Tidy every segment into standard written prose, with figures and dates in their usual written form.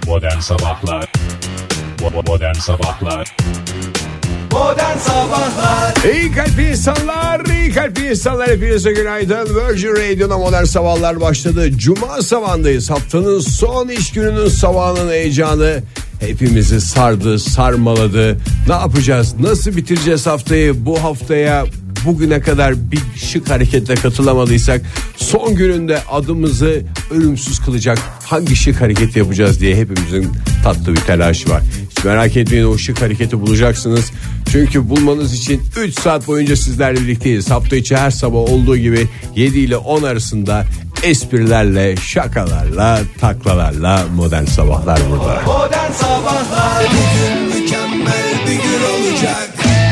Modern Sabahlar. Modern Sabahlar. Modern Sabahlar. İyi kalpli insanlar, iyi kalpli insanlar, hepinize günaydın. Virgin Radio'da Modern Sabahlar başladı. Cuma sabahındayız. Haftanın son iş gününün sabahının heyecanı hepimizi sardı, sarmaladı. Ne yapacağız? Nasıl bitireceğiz haftayı? Bu haftaya bugüne kadar bir şık hareketle katılamadıysak son gününde adımızı ölümsüz kılacak hangi şık hareketi yapacağız diye hepimizin tatlı bir telaşı var. Hiç merak etmeyin, o şık hareketi bulacaksınız. Çünkü bulmanız için 3 saat boyunca sizlerle birlikteyiz. Hafta içi her sabah olduğu gibi 7 ile 10 arasında esprilerle, şakalarla, taklalarla Modern Sabahlar burada. Modern Sabahlar. Bugün mükemmel bir gün olacak.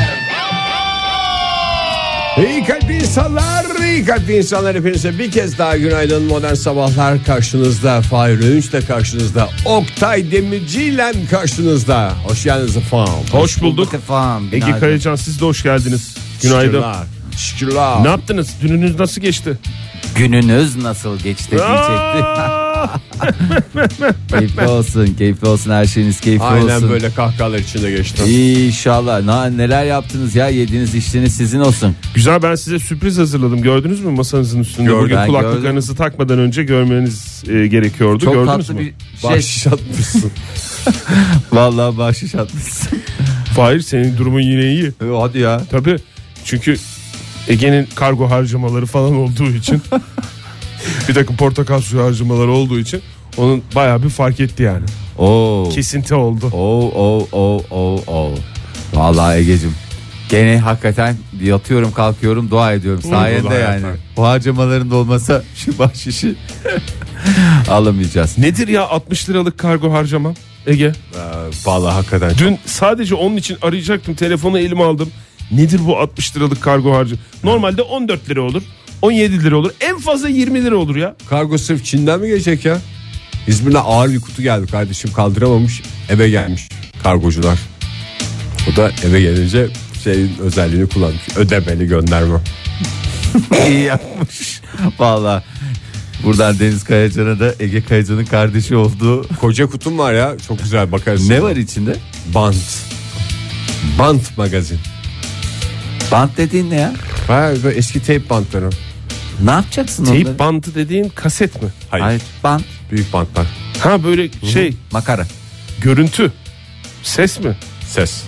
İyi kalpli insanlar, iyi kalpli insanlar, hepinize bir kez daha günaydın. Modern Sabahlar karşınızda, Fahir Öğünç de karşınızda, Oktay Demirci ile karşınızda. Hoş geldiniz efendim. Hoş bulduk efendim. Ege Kayacan, siz de hoş geldiniz. Günaydın. Şükürler. Ne yaptınız? Dününüz nasıl geçti? Gününüz nasıl geçti diyecekti. Keyifli olsun, her şeyiniz keyifli olsun. Aynen böyle kahkahalar içinde geçti. İnşallah. Neler yaptınız ya, yediğiniz içtiğiniz sizin olsun. Güzel, ben size sürpriz hazırladım. Gördünüz mü masanızın üstünde? Gördüm. Bugün Ben kulaklıklarınızı takmadan önce görmeniz gerekiyordu. Çok Gördünüz tatlı mü? bir şey. Bahşiş atmışsın. Vallahi bahşiş atmışsın. Fahir, senin durumun yine iyi. Hadi ya. Tabii, çünkü Ege'nin kargo harcamaları falan olduğu için bir takım portakal suyu harcamaları olduğu için onun bayağı bir fark etti yani. Oo. Kesinti oldu. Oo. Vallahi Egeciğim, gene hakikaten yatıyorum kalkıyorum dua ediyorum sayende yani. hayatım. Bu harcamaların da olmasa şu bahşişi alamayacağız. Nedir ya 60 liralık kargo harcamam Ege? Vallahi hakikaten. Dün sadece onun için arayacaktım, telefonu elime aldım. Nedir bu 60 liralık kargo harcı? Normalde 14 lira olur, 17 lira olur, en fazla 20 lira olur ya. Kargo sırf Çin'den mi gelecek ya? İzmir'den ağır bir kutu geldi kardeşim, kaldıramamış, eve gelmiş kargocular. O da eve gelince şeyin özelliğini kullanmış, ödemeli gönderme. İyi yapmış. Vallahi buradan Deniz Kayacan'a da Ege Kayacan'ın kardeşi olduğu. Koca kutum var ya, çok güzel, bakarsın. Ne var içinde? Bant magazin. Bant dediğin ne ya? Ha, böyle eski teyp bantları. Ne yapacaksın Teyp onları? bantı dediğin kaset mi? Hayır, bant, Büyük bantlar. Ha böyle şey, makara. görüntü, ses mi? Ses.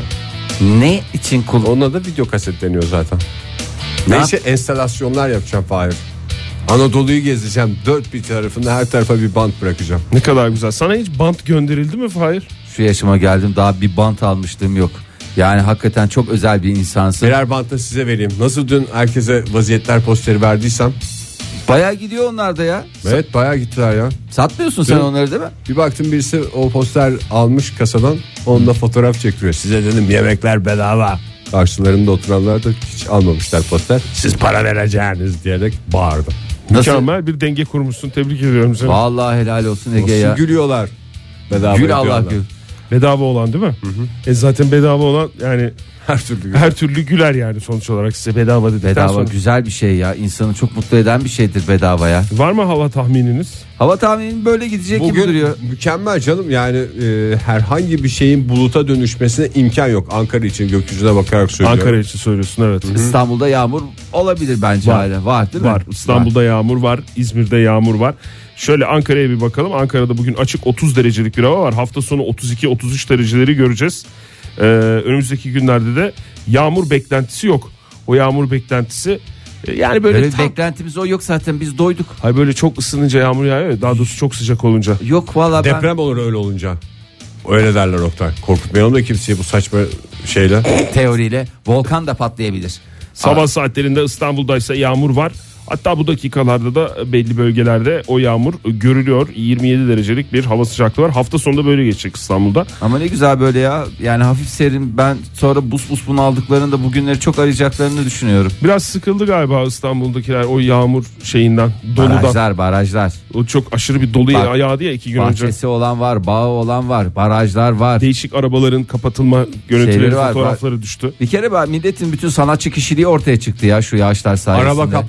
Ne için Ona da video kaset deniyor zaten. Ne Neyse, enstalasyonlar yapacağım Fahir. Anadolu'yu gezeceğim. Dört bir tarafında her tarafa bir bant bırakacağım. Ne kadar güzel. Sana hiç bant gönderildi mi Fahir? Şu yaşıma geldim, daha bir bant almışlığım yok. Yani hakikaten çok özel bir insansın. Birer bant da size vereyim. Nasıl dün herkese vaziyetler posteri verdiysem. Bayağı gidiyor onlar da ya. Evet, bayağı gittiler ya. Satmıyorsun sen Dün- onları değil mi? Bir baktım birisi o poster almış kasadan, onunla fotoğraf çektiriyor. Size dedim yemekler bedava. Karşılarında oturanlar da hiç almamışlar poster. Siz para vereceğiniz diyerek bağırdı. Nasıl? Mükemmel bir denge kurmuşsun. Tebrik ediyorum seni. Vallahi helal olsun Ege ya. Gülüyorlar. Bedava Gül Allah yapıyorlar. gül. Bedava olan değil mi? Zaten bedava olan yani Her türlü. her türlü güler yani, sonuç olarak size bedava dedikten Bedava sonra. güzel bir şey ya. İnsanı çok mutlu eden bir şeydir bedava ya. Var mı hava tahmininiz? Hava tahminin böyle gidecek gibi Bugün duruyor. mükemmel canım, yani herhangi bir şeyin buluta dönüşmesine imkan yok. Ankara için gökyüzüne bakarak söylüyorum. Ankara için söylüyorsun, evet. İstanbul'da yağmur olabilir bence Var. hala. Var değil mi? Var. İstanbul'da yağmur var. İzmir'de yağmur var. Şöyle Ankara'ya bir bakalım. Ankara'da bugün açık 30 derecelik bir hava var. Hafta sonu 32-33 dereceleri göreceğiz. Önümüzdeki günlerde de yağmur beklentisi yok. O yağmur beklentisi yani böyle Öyle bir beklentimiz o yok zaten, biz doyduk. Hayır, böyle çok ısınınca yağmur yağıyor ya, daha doğrusu çok sıcak olunca. Yok valla ben... Deprem olur öyle olunca. Öyle derler Oktay. Korkutmayalım da kimseyi bu saçma şeyle. Teoriyle volkan da patlayabilir. Sabah saatlerinde İstanbul'daysa yağmur var. Hatta bu dakikalarda da belli bölgelerde o yağmur görülüyor. 27 derecelik bir hava sıcaklığı var. Hafta sonunda böyle geçecek İstanbul'da. Ama ne güzel böyle ya. Yani hafif serin. Ben sonra bus bunu aldıklarında bugünleri çok arayacaklarını düşünüyorum. Biraz sıkıldı galiba İstanbul'dakiler o yağmur şeyinden, doludan. Barajlar. O çok aşırı bir dolu yağdı ya 2 gün önce. Bahçesi olan var, bağı olan var, barajlar var. Değişik arabaların kapatılma görüntüleri, Şeyleri var, fotoğrafları düştü. Bir kere milletin bütün sanatçı kişiliği ortaya çıktı ya şu yağışlar sayesinde. Araba kaplama sanatı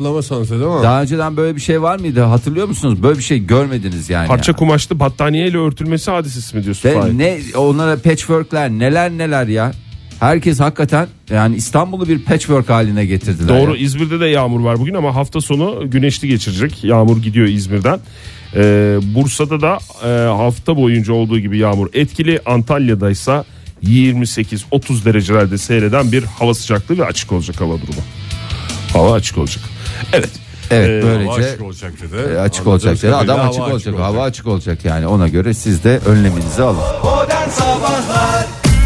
değil mi? Daha önceden böyle bir şey var mıydı? Hatırlıyor musunuz? Böyle bir şey görmediniz yani. Parça kumaşlı battaniyeyle örtülmesi hadisesi mi diyorsun? Ve ne onlara patchworkler neler ya. Herkes hakikaten yani İstanbul'u bir patchwork haline getirdiler. Doğru, ya. İzmir'de de yağmur var bugün ama hafta sonu güneşli geçirecek. Yağmur gidiyor İzmir'den. Bursa'da da hafta boyunca olduğu gibi yağmur etkili. Antalya'daysa 28-30 derecelerde seyreden bir hava sıcaklığı ve açık olacak hava durumu. Hava açık olacak. Evet. Evet Hava böylece açık olacak dedi. açık olacak dedi. Adam açık olacak. Hava açık olacak yani. Ona göre siz de önleminizi alın. Modern Sabahlar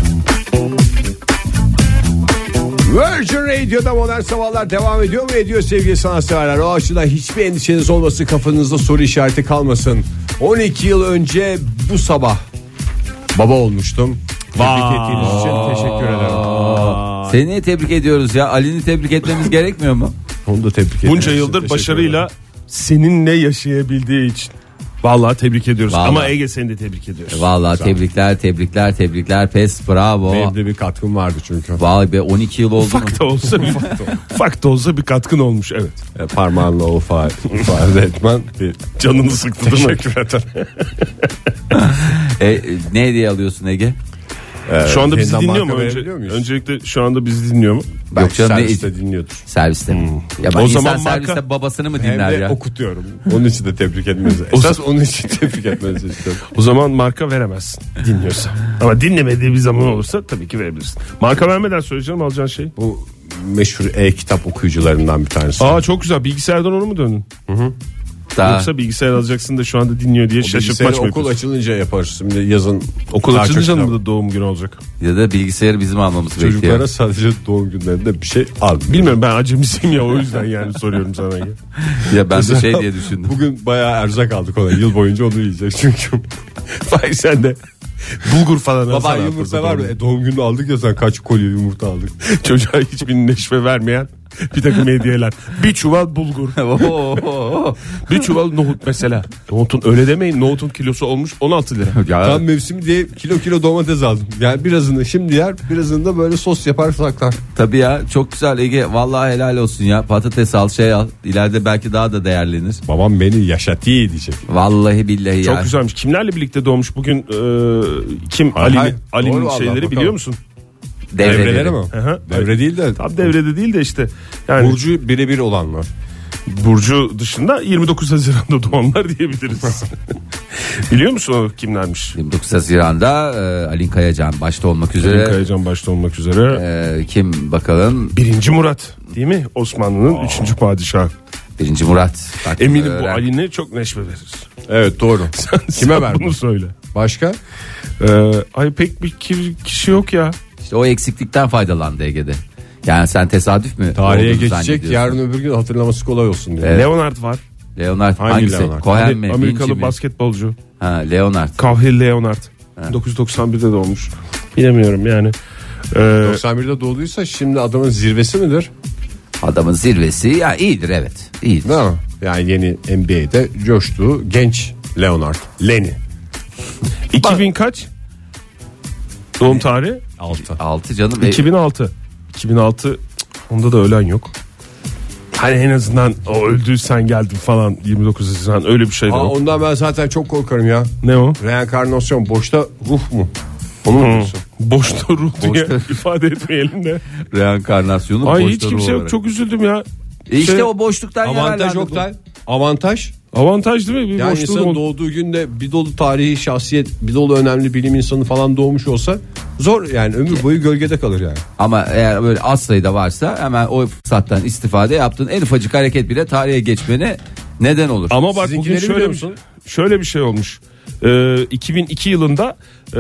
Virgin Radio'da Modern Sabahlar devam ediyor mu? Ediyor sevgili sanatseverler. O açıdan hiçbir endişeniz olmasın, kafanızda soru işareti kalmasın. 12 yıl önce bu sabah baba olmuştum. Tebrik ettiğiniz için teşekkür ederim. Seni niye tebrik ediyoruz ya? Ali'ni tebrik etmemiz gerekmiyor mu? Onu da tebrik ederim. Bunca yıldır başarıyla seninle yaşayabildiği için. Vallahi tebrik ediyoruz. Vallahi. Ama Ege seni de tebrik ediyoruz. Vallahi tebrikler pes bravo. Benim de bir katkım vardı çünkü. Vay be 12 yıl oldu mu? Ufak da olsa bir ufak da olsa bir katkın olmuş, evet. Parmağınla o ifade etmen bir Canını sıktı değil mi? teşekkür ederim. Ne hediye alıyorsun Ege? Şu anda bizi Yeniden dinliyor mu? marka verebiliyor muyuz? Öncelikle şu anda bizi dinliyor mu? Yok canım, Serviste dinliyordur. Serviste mi? Ya ben O insan zaman serviste marka- babasını mı Hem dinler de ya? okutuyorum. Onun için de tebrik etmenizi. Esas onun için tebrik etmenizi istiyorum. O zaman marka veremezsin dinliyorsa. Ama dinlemediği bir zaman olursa tabii ki verebilirsin. Marka vermeden söyleyeceğim alacağın şey. Bu meşhur e-kitap okuyucularından bir tanesi. Aa çok güzel, bilgisayardan onu mu döndün? Daha Yoksa bilgisayar alacaksın da şu anda dinliyor diye şaşırtmaç Bilgisayarı mı okul yapıyorsun? açılınca yaparız. Şimdi yazın Okul daha açılınca çok mı da doğum günü olacak? ya da bilgisayarı bizim almamız çocuklara bekliyor. sadece doğum günlerinde bir şey almıyor. Bilmiyorum, ben acemisiyim ya, o yüzden yani soruyorum sana. Ya ben de şey diye düşündüm. Bugün bayağı erzak aldık ona. Yıl boyunca onu yiyecek çünkü. Vay sen de bulgur falan Baba alsana yumurta haftada var mı? doğum Doğum günü aldık ya, sen kaç kolye yumurta aldık. günü. Çocuğa hiçbir neşve vermeyen bir takım hediyeler. Bir çuval bulgur. Bir çuval nohut mesela. Nohutun öyle demeyin. Nohutun kilosu olmuş 16 lira. Ya, Tam mevsimi diye kilo domates aldım. Yani birazını şimdi yer, birazını da böyle sos yapar saklar. tabii ya çok güzel Ege. Vallahi helal olsun ya. Patates al şey al. İleride belki daha da değerlenir. Babam beni yaşatıyor diyecek. Vallahi billahi ya. Çok güzelmiş. Kimlerle birlikte doğmuş bugün? Kim? Hay, Ali'nin doğru vallahi, şeyleri bakalım. biliyor musun? Devreleri mi? Aha. Devre değil de Tam devrede değil de işte. Yani Burcu birebir olanlar. Burcu dışında 29 Haziran'da doğanlar diyebiliriz. Biliyor musun o kimlermiş? 29 Haziran'da Alin Kayacan başta olmak Selim üzere. Kayacan başta olmak üzere. Kim bakalım? 1. Murat değil mi? Osmanlı'nın 3. padişahı. 1. Murat. Bak, Eminim bu öğren- Ali'ne çok neşve verir. Evet doğru. Kime verdin? bunu söyle. Başka? Ay pek bir kişi yok ya. İşte o eksiklikten faydalandı Ege'de. Yani sen tesadüf mü? Tarihe olduğunu geçecek, zannediyorsun? yarın öbür gün hatırlaması kolay olsun diye. Evet. Leonard var. Leonard Hangi hangisi? Leonard? Cohen mi? Amerikalı Vinci mi? basketbolcu. Ha, Leonard. Cahill Leonard. 1991'de doğmuş. Bilemiyorum yani. 91'de doğduysa şimdi adamın zirvesi midir? Adamın zirvesi ya iyidir evet. İyidir. Değil mi? Yani yeni NBA'de coştuğu genç Leonard. Lenny. 2000 kaç? Doğum tarihi? 6 canım. 2006. 2006 cık, onda da ölen yok. Hani en azından o öldü sen geldin falan 29 Haziran öyle bir şey de yok. Ondan ben zaten çok korkarım ya. Ne o? Reenkarnasyon boşta ruh mu? Onu mu diyorsun? Boşta ruh diye Boşta- ifade etmeyelim de. Reenkarnasyonu Ay boşta hiç kimse ruh yok, olarak. çok üzüldüm ya. İşte Şey- o boşluktan Avantaj yararlandı bu. Oktay. Avantaj. Avantaj değil mi? Bir Yani boşluğun insanın oldu. doğduğu günde bir dolu tarihi şahsiyet, bir dolu önemli bilim insanı falan doğmuş olsa zor yani, ömür boyu gölgede kalır yani. Ama eğer böyle az sayıda varsa hemen o fırsattan istifade yaptığın en ufacık hareket bile tarihe geçmene neden olur. Ama bak bugün Sizinkileri biliyor şöyle musun? şöyle bir şey olmuş. 2002 yılında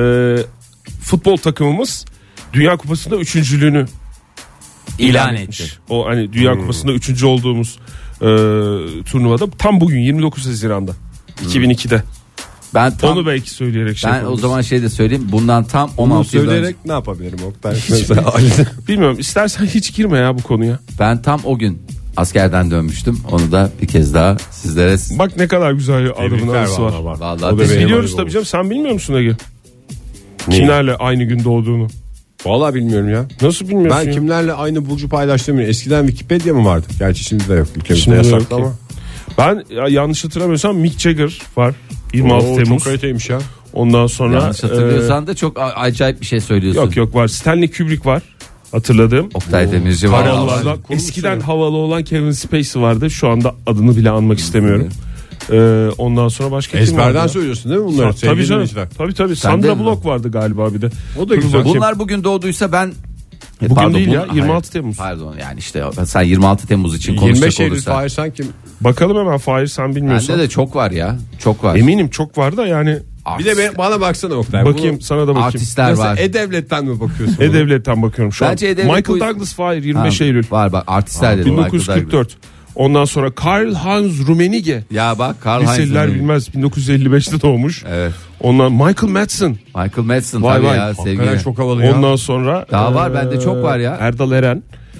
futbol takımımız Dünya Kupası'nda üçüncülüğünü İlan etmiş. etti. O hani Dünya Kupası'nda üçüncü olduğumuz turnuvada tam bugün 29 Haziran'da 2002'de. Ben tam, Onu belki söyleyerek şey ben o yapabiliriz. zaman şey de söyleyeyim. Bundan tam Bunu 16 yıl önce. söyleyerek ne yapabilirim Oktay? Mesela Bilmiyorum, istersen hiç girme ya bu konuya. Ben tam o gün askerden dönmüştüm. Onu da bir kez daha sizlere Bak ne kadar güzel adamın anısı var. Vallahi O da teşekkür benim Biliyoruz anım tabii olmuş. canım, sen bilmiyor musun Ege? Neyi? Kimlerle aynı gün doğduğunu? Vallahi bilmiyorum ya. Nasıl bilmiyorsun Ben ya? kimlerle aynı burcu paylaştığımı. Eskiden Wikipedia mı vardı? Gerçi şimdi de yok. Ülkemizde Şimdi yasaklı yok ki. ama. Ben yanlış hatırlamıyorsam Mick Jagger var. 26 Oo, Temmuz. çok kaliteymiş ya. Ondan sonra Yanlış hatırlıyorsan da çok acayip bir şey söylüyorsun. yok var. Stanley Kubrick var. Hatırladığım. Oktay Demirci var. Havalılardan eskiden havalı olan Kevin Spacey vardı. Şu anda adını bile anmak istemiyorum. Ondan sonra başka kim Ezberden vardı? söylüyorsun değil mi bunları? Tabii sevgili canım. dinleyiciler? Tabii. Sen de Sandra mi? Bullock vardı galiba bir de. O da Dur güzel. bakayım. Bunlar bugün doğduysa ben Bugün değil ya, hayır. 26 Temmuz. Pardon yani işte sen 26 Temmuz için 25 konuşacak Eylül olursan. Fahir sanki. Bakalım hemen Fahir sen bilmiyorsan. Bende de çok var ya. Çok var. Eminim çok var da yani. Bir de bana baksana Oktay. Bakayım sana da bakayım. Artistler Nasıl var. E-Devlet'ten mi bakıyorsun? E-Devlet'ten bakıyorum şu Bence an. E-Devlet Michael bu- Douglas Fahir 25 Ha, Eylül. Var bak artistler dedim. Michael 1944. Ondan sonra Karl Hans Rummenigge. Ya bak Karl Liseliler Heinz. bilmez 1955'te doğmuş. Evet. Ondan Michael Madsen. Michael Madsen Vay tabii vay. ya Hakikaten sevgili. çok havalı ya. Ondan sonra Daha var, bende çok var ya. Erdal Eren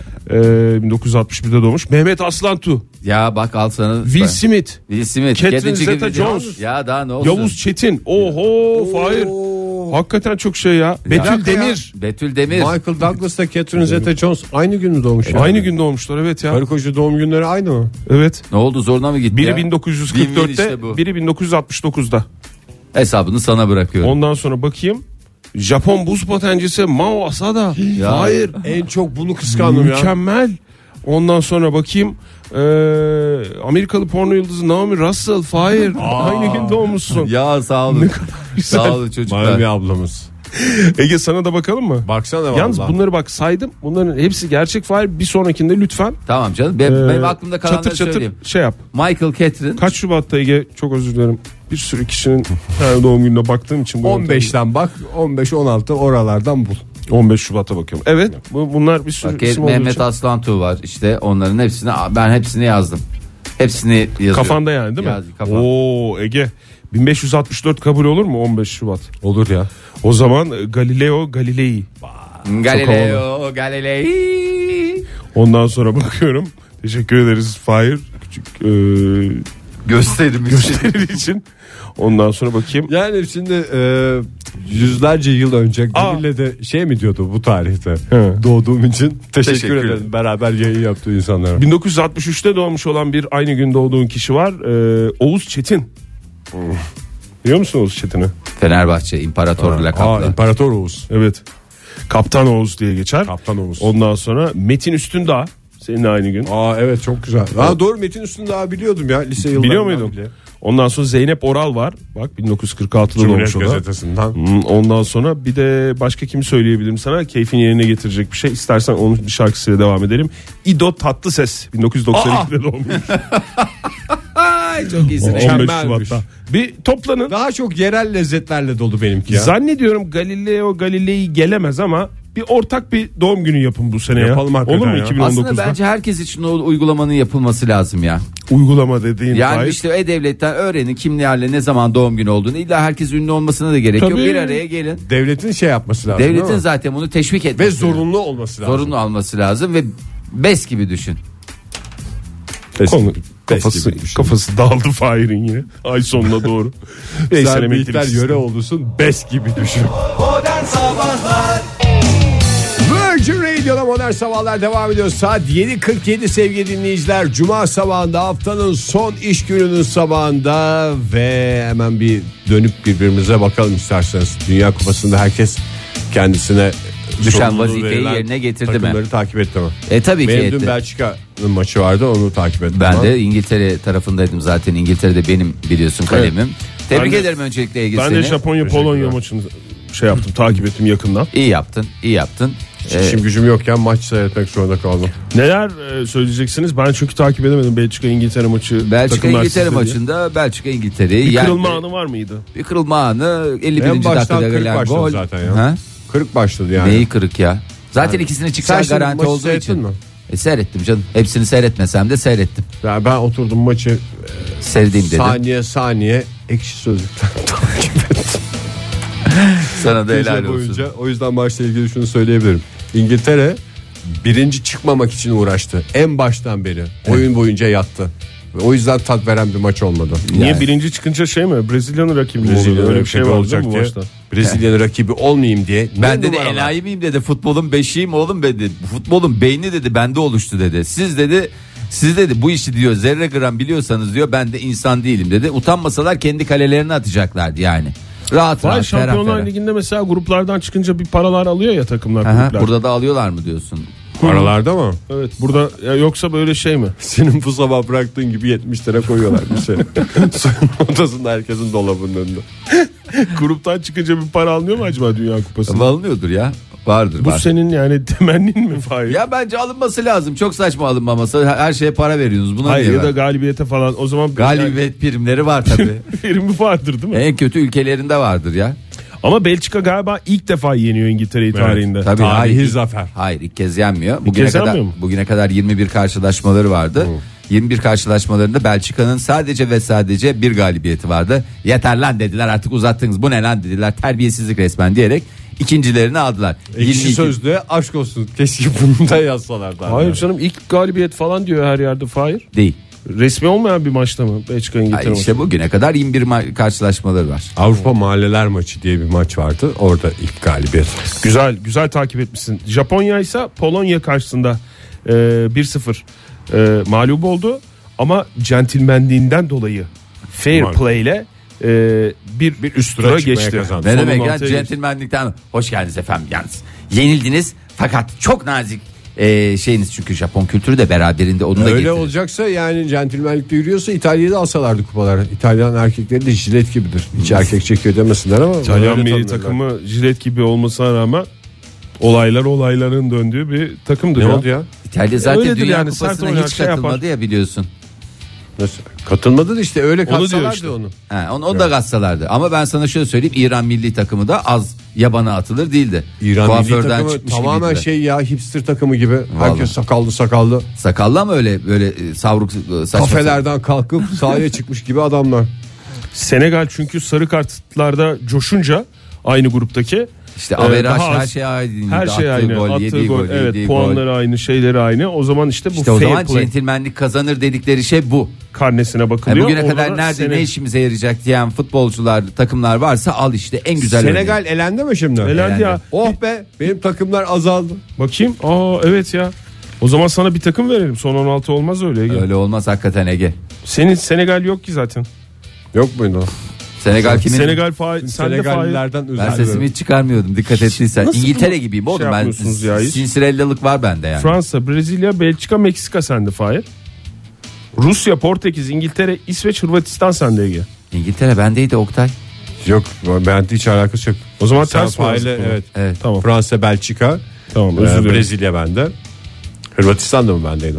1961'de doğmuş. Mehmet Aslantu, Ya bak al sana. Will Smith, Will Smith. Catherine Kedicik gibi- Zeta-Jones. Ya daha ne olsun. Yavuz Çetin. Oho Fahir. Hakikaten çok şey ya. Betül dakika ya. Demir. Betül Demir. Michael Douglas'la Catherine Zeta-Jones aynı gün doğmuş. ya. Aynı gün doğmuşlar evet ya. Karı koca doğum günleri aynı mı? Evet. Ne oldu zoruna mı gitti Biri ya? 1944'te, Win-win işte bu. biri 1969'da. Hesabını sana bırakıyorum. Ondan sonra bakayım. Japon buz patencisi Mao Asada. Ya. Hayır. En çok bunu kıskandım ya. Mükemmel. Ondan sonra bakayım. Amerikalı porno yıldızı Naomi Russell. Fahir. Aynı gün doğmuşsun. Ya sağ olun. güzel. Sağ olun çocuklar. Mavi ablamız. Ege sana da bakalım mı? Baksana Yalnız vallahi. bunları bak saydım. Bunların hepsi gerçek Fahir. Bir sonrakinde lütfen. Tamam canım. Benim aklımda kalanları çatır çatır söyleyeyim. şey yap. Michael Catherine. Kaç Şubat'ta Ege? Çok özür dilerim. Bir sürü kişinin doğum gününe baktığım için. bu 15'ten bak 15-16 oralardan bul. 15 Şubat'a bakıyorum. Evet bunlar bir sürü Bak, isim olduğu Mehmet için. Aslantu var işte onların hepsini ben hepsini yazdım. Hepsini yazıyorum. Kafanda yani değil mi? Kafam. Oo Ege 1564 kabul olur mu 15 Şubat? Olur ya. O zaman Galileo Galilei. Galileo Galilei. Ondan sonra bakıyorum. Teşekkür ederiz Fahir. Küçük Gösterim gösteri için. Ondan sonra bakayım. Yani şimdi yüzlerce yıl önce Aa. Galile de şey mi diyordu bu tarihte? He. Doğduğum için teşekkür Teşekkür ederim. Beraber yayın yaptığı insanlara. 1963'te doğmuş olan bir aynı gün doğduğun kişi var. Oğuz Çetin. Biliyor musun Oğuz Çetin'i? Fenerbahçe İmparator lakaplı. İmparator Oğuz. Evet. Kaptan Oğuz diye geçer. Kaptan Oğuz. Ondan sonra Metin Üstündağ. Seninle aynı gün. Aa evet çok güzel. Aa, doğru Metin Üstündağ biliyordum ya lise yıllarından. Biliyor muydun? bile. Ondan sonra Zeynep Oral var. Bak 1946'da Cumhuriyet doğmuş o da. gazetesinden. Ondan sonra bir de başka kimi söyleyebilirim sana? Keyfin yerine getirecek bir şey. İstersen onun bir şarkısıyla devam edelim. İdo Tatlıses 1992'de doğmuş. Ay çok iyisin. 15 Mükemmelmiş. Şubat'ta. Bir toplanın. Daha çok yerel lezzetlerle dolu benimki ya. Zannediyorum Galileo Galilei gelemez ama bir ortak bir doğum günü yapın bu sene Yapalım ya. hakikaten Olur mu ya. 2019'da? Aslında bence herkes için o uygulamanın yapılması lazım ya. Uygulama dediğin Yani Fahir. işte E-Devlet'ten öğrenin kimlerle ne zaman doğum günü olduğunu. İlla herkes ünlü olmasına da gerek yok. Tabii. Bir araya gelin. Devletin şey yapması lazım. değil Devletin mi? zaten bunu teşvik etmesi Ve zorunlu olması lazım. zorunlu alması lazım ve BES gibi düşün. Konu, Beş kafası, gibi düşün. kafası dağıldı Fahir'in yine. Ay sonuna doğru. Neyse, Sen emeklilik Bihter sistemi. yöre olursun bes gibi düşün. Modern Sabahlar Virgin Radio'da Modern Sabahlar devam ediyor. Saat 7.47 sevgili dinleyiciler. Cuma sabahında haftanın son iş gününün sabahında ve hemen bir dönüp birbirimize bakalım isterseniz. Dünya Kupası'nda herkes kendisine Düşen sorumluluğu vazifeyi verilen yerine getirdi mi? takımları takip etti mi? Tabii ki Benim etti. dün Belçika'nın maçı vardı onu takip ettim. Ben ama. de İngiltere tarafındaydım zaten. İngiltere'de benim biliyorsun kalemim. Tebrik Ben de- ederim öncelikle Ege Ben seni. de Japonya Polonya maçını şey yaptım, takip ettim yakından. İyi yaptın, iyi yaptın. İşim gücüm yokken maç seyretmek zorunda kaldım. Neler söyleyeceksiniz? Ben çünkü takip edemedim Belçika İngiltere maçı. Belçika takımlar İngiltere sizde diye. maçında Belçika İngiltere'yi Bir kırılma yendi. anı var mıydı? Bir kırılma anı 51. En baştan dakikada kırık gelen başladı gol. zaten ya. Ha? Kırık başladı yani. Neyi kırık ya? Zaten ikisini Sen çıkacak şimdi garanti maçı olduğu seyrettin için. mi? Seyrettim canım. Hepsini seyretmesem de seyrettim. Yani ben oturdum maçı Sevdiğim dedim. saniye ekşi sözlükten takip ettim. Sana da Gece helal olsun. boyunca. O yüzden maçla ilgili şunu söyleyebilirim. İngiltere birinci çıkmamak için uğraştı. En baştan beri oyun boyunca yattı. O yüzden tat veren bir maç olmadı. Niye Yani. birinci çıkınca şey mi? Brezilya'nın rakibi Brezilya'nın öyle bir şey rakibi var olacak bu diye. maçta. Brezilya'nın rakibi olmayayım diye. Ben dedi numaralar? enayi miyim dedi, futbolun beşiğim oğlum dedi. Futbolun beyni dedi bende oluştu dedi. Siz dedi bu işi diyor zerre gram biliyorsanız diyor ben de insan değilim dedi. Utanmasalar kendi kalelerine atacaklardı yani. Rahat Var rahat ferah Şampiyonlar ferah. Ligi'nde mesela gruplardan çıkınca bir paralar alıyor ya takımlar. Aha, kulüpler. burada da alıyorlar mı diyorsun? Aralarda mı? Evet burada yoksa böyle şey mi? Senin bu sabah bıraktığın gibi 70 lira koyuyorlar bir şey. Soyunma odasında herkesin dolabının önünde. Gruptan çıkınca bir para alınıyor mu acaba Dünya Kupası'nda? Alınıyordur ya. Vardır. Bu var. senin yani temennin mi Fahir? Ya bence alınması lazım. Çok saçma alınmaması. Her şeye para veriyorsunuz. Buna Hayır niye ya da ver? galibiyete falan o zaman Galibiyet primleri var tabii. primi vardır değil mi? En kötü ülkelerinde vardır ya. Ama Belçika galiba ilk defa yeniyor İngiltere'yi tarihinde. Tabii Tarihi hayır. zafer. Hayır ilk kez yenmiyor. kez yenmiyor mu? Bugüne kadar 21 karşılaşmaları vardı. 21 karşılaşmalarında Belçika'nın sadece ve sadece bir galibiyeti vardı. Yeter lan dediler, artık uzattınız, bu ne lan dediler, terbiyesizlik resmen diyerek ikincilerini aldılar. Ekşi sözlüğe aşk olsun. Keşke bunu da yazsalardı. Hayır canım ilk galibiyet falan diyor her yerde Fahir. Değil. Resmi olmayan bir maçta mı Belçika İngiltere Hayır, maçı? işte bugüne kadar 21 karşılaşmaları var. Avrupa Mahalleler Maçı diye bir maç vardı. Orada ilk galibiyet. Güzel takip etmişsin. Japonya ise Polonya karşısında 1-0 mağlup oldu. Ama centilmenliğinden dolayı fair Maalesef. play ile bir üst tura çıkmaya geçti. kazandı. Ne Son demek ya, 16'ya geçti. centilmenlikten hoş geldiniz efendim yalnız. Yenildiniz fakat çok nazik şeyiniz, çünkü Japon kültürü de beraberinde onu da Öyle getirir. olacaksa yani centilmenlikte yürüyorsa İtalya'yı da alsalardı kupalar. İtalyan erkekleri de jilet gibidir. Hiç erkek çekiyor demesinler ama. İtalyan öyle milli tanırlar. takımı jilet gibi olmasına rağmen olayların döndüğü bir takımdır Ne ya. oldu ya? İtalya zaten Öyledir Dünya yani, sert Kupası'na oynar, hiç şey yapar. katılmadı ya biliyorsun. Nasıl? Katılmadı da işte öyle diyor katsalardı işte. onu. Onu da katsalardı. Ama ben sana şöyle söyleyeyim, İran milli takımı da az yabana atılır değildi. İran milli Kuaförden takımı çıkmış tamamen gibiydiler. şey ya, hipster takımı gibi. Vallahi. Herkes sakallı. Sakallı ama öyle böyle savruk saçma. Kafelerden kalkıp sahaya çıkmış gibi adamlar. Senegal çünkü sarı kartlarda coşunca aynı gruptaki İşte averaj daha az- her şey aynı. her şey aynı. Gol, Attığı yediği gol, gol, evet, yediği puanları gol. aynı, şeyleri aynı. O zaman işte bu İşte o fair zaman play centilmenlik kazanır dedikleri şey bu. karnesine bakılıyor. Yani bugüne Orada kadar nerede ne işimize yarayacak diyen futbolcular, takımlar varsa al işte en güzel Senegal örneği. elendi mi şimdi? Elendi ya. Oh be, benim takımlar azaldı. Bakayım. Evet ya. O zaman sana bir takım verelim. Son 16 olmaz öyle. Ege. Öyle olmaz hakikaten Ege. Senin Senegal yok ki zaten. Yok muydu o? Senigal kimin? Senegal sen de Senegallilerden Ben özel. sesimi hiç çıkarmıyordum, dikkat ettiysen. Nasıl İngiltere bunu gibiyim şey oğlum ben. yapmıyorsunuz ya hiç? Sinsirellalık var bende yani. Fransa, Brezilya, Belçika, Meksika sende Fahir. Rusya, Portekiz, İngiltere, İsveç, Hırvatistan sende Ege. İngiltere bendeydi Oktay. Yok, ben hiç alakası yok. O zaman Sen ters mi faile, yazdık bunu? evet. Evet. Tamam. Fransa, Belçika, Tamam, özür dilerim. Brezilya bende. Hırvatistan da mı bendeydi?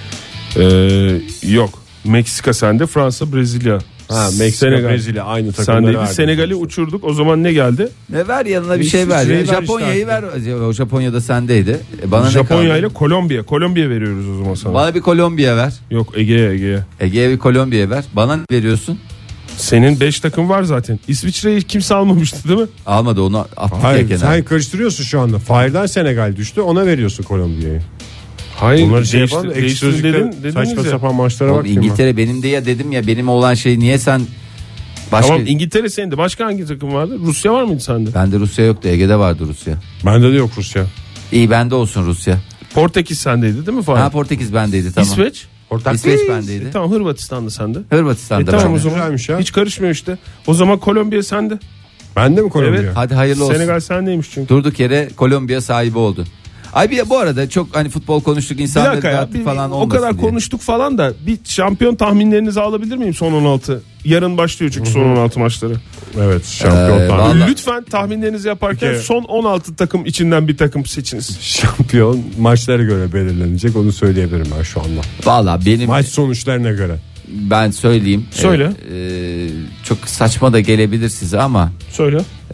Yok. Meksika sende, Fransa, Brezilya. Ha, Meksika, Brezilya aynı takımları Sendeydi. verdi. Senegal'i uçurduk. O zaman ne geldi? Ne ver yanına bir şey ver. İsviçre'yi ver Japonya'yı işte ver. O Japonya'da sendeydi. Bana Japonya ne ile kaldı? Kolombiya. Kolombiya veriyoruz o zaman sana. Bana bir Kolombiya ver. Yok Ege'ye. Ege'ye bir Kolombiya ver. Bana ne veriyorsun? Senin 5 takım var zaten. İsviçre'yi kimse almamıştı değil mi? Almadı, onu attık ya Hayır, kenara. sen karıştırıyorsun şu anda. Fahir'den Senegal düştü, ona veriyorsun Kolombiya'yı. Hayır. Bunları şey yapan ekşi değiştirin sözlükte saçma dediniz ya. sapan maçlara Oğlum bak. İngiltere benim de ya dedim ya, benim olan şey niye sen başka... Tamam İngiltere senin de. Başka hangi takım vardı? Rusya var mıydı sende? Bende Rusya yoktu, Ege'de vardı Rusya. Bende de yok Rusya. İyi, bende olsun Rusya. Portekiz sendeydi değil mi Fahir? Ha, Portekiz bendeydi, tamam. İsveç? İsveç bendeydi. Tamam Hırvatistan'da sende. Hırvatistan'da Tamam bende. o zaman. Güzelmiş ya. Hiç karışmıyor işte. O zaman Kolombiya sende. Bende mi Kolombiya? Evet. Hadi hayırlı olsun. Senegal sendeymiş çünkü. Durduk yere Kolombiya sahibi oldu. Ay bir bu arada çok hani futbol konuştuk, Bir insanları dakika ya. dağıttık falan O olmasın kadar diye. konuştuk falan da bir şampiyon tahminlerinizi alabilir miyim son 16? Yarın başlıyor çünkü son 16 maçları. Evet, şampiyon tahmin. vallahi- Lütfen tahminlerinizi yaparken Peki. son 16 takım içinden bir takım seçiniz. Şampiyon maçlara göre belirlenecek, onu söyleyebilirim ben şu anda. Valla benim Maç sonuçlarına göre. ben söyleyeyim. Söyle. Çok saçma da gelebilir size ama Söyle.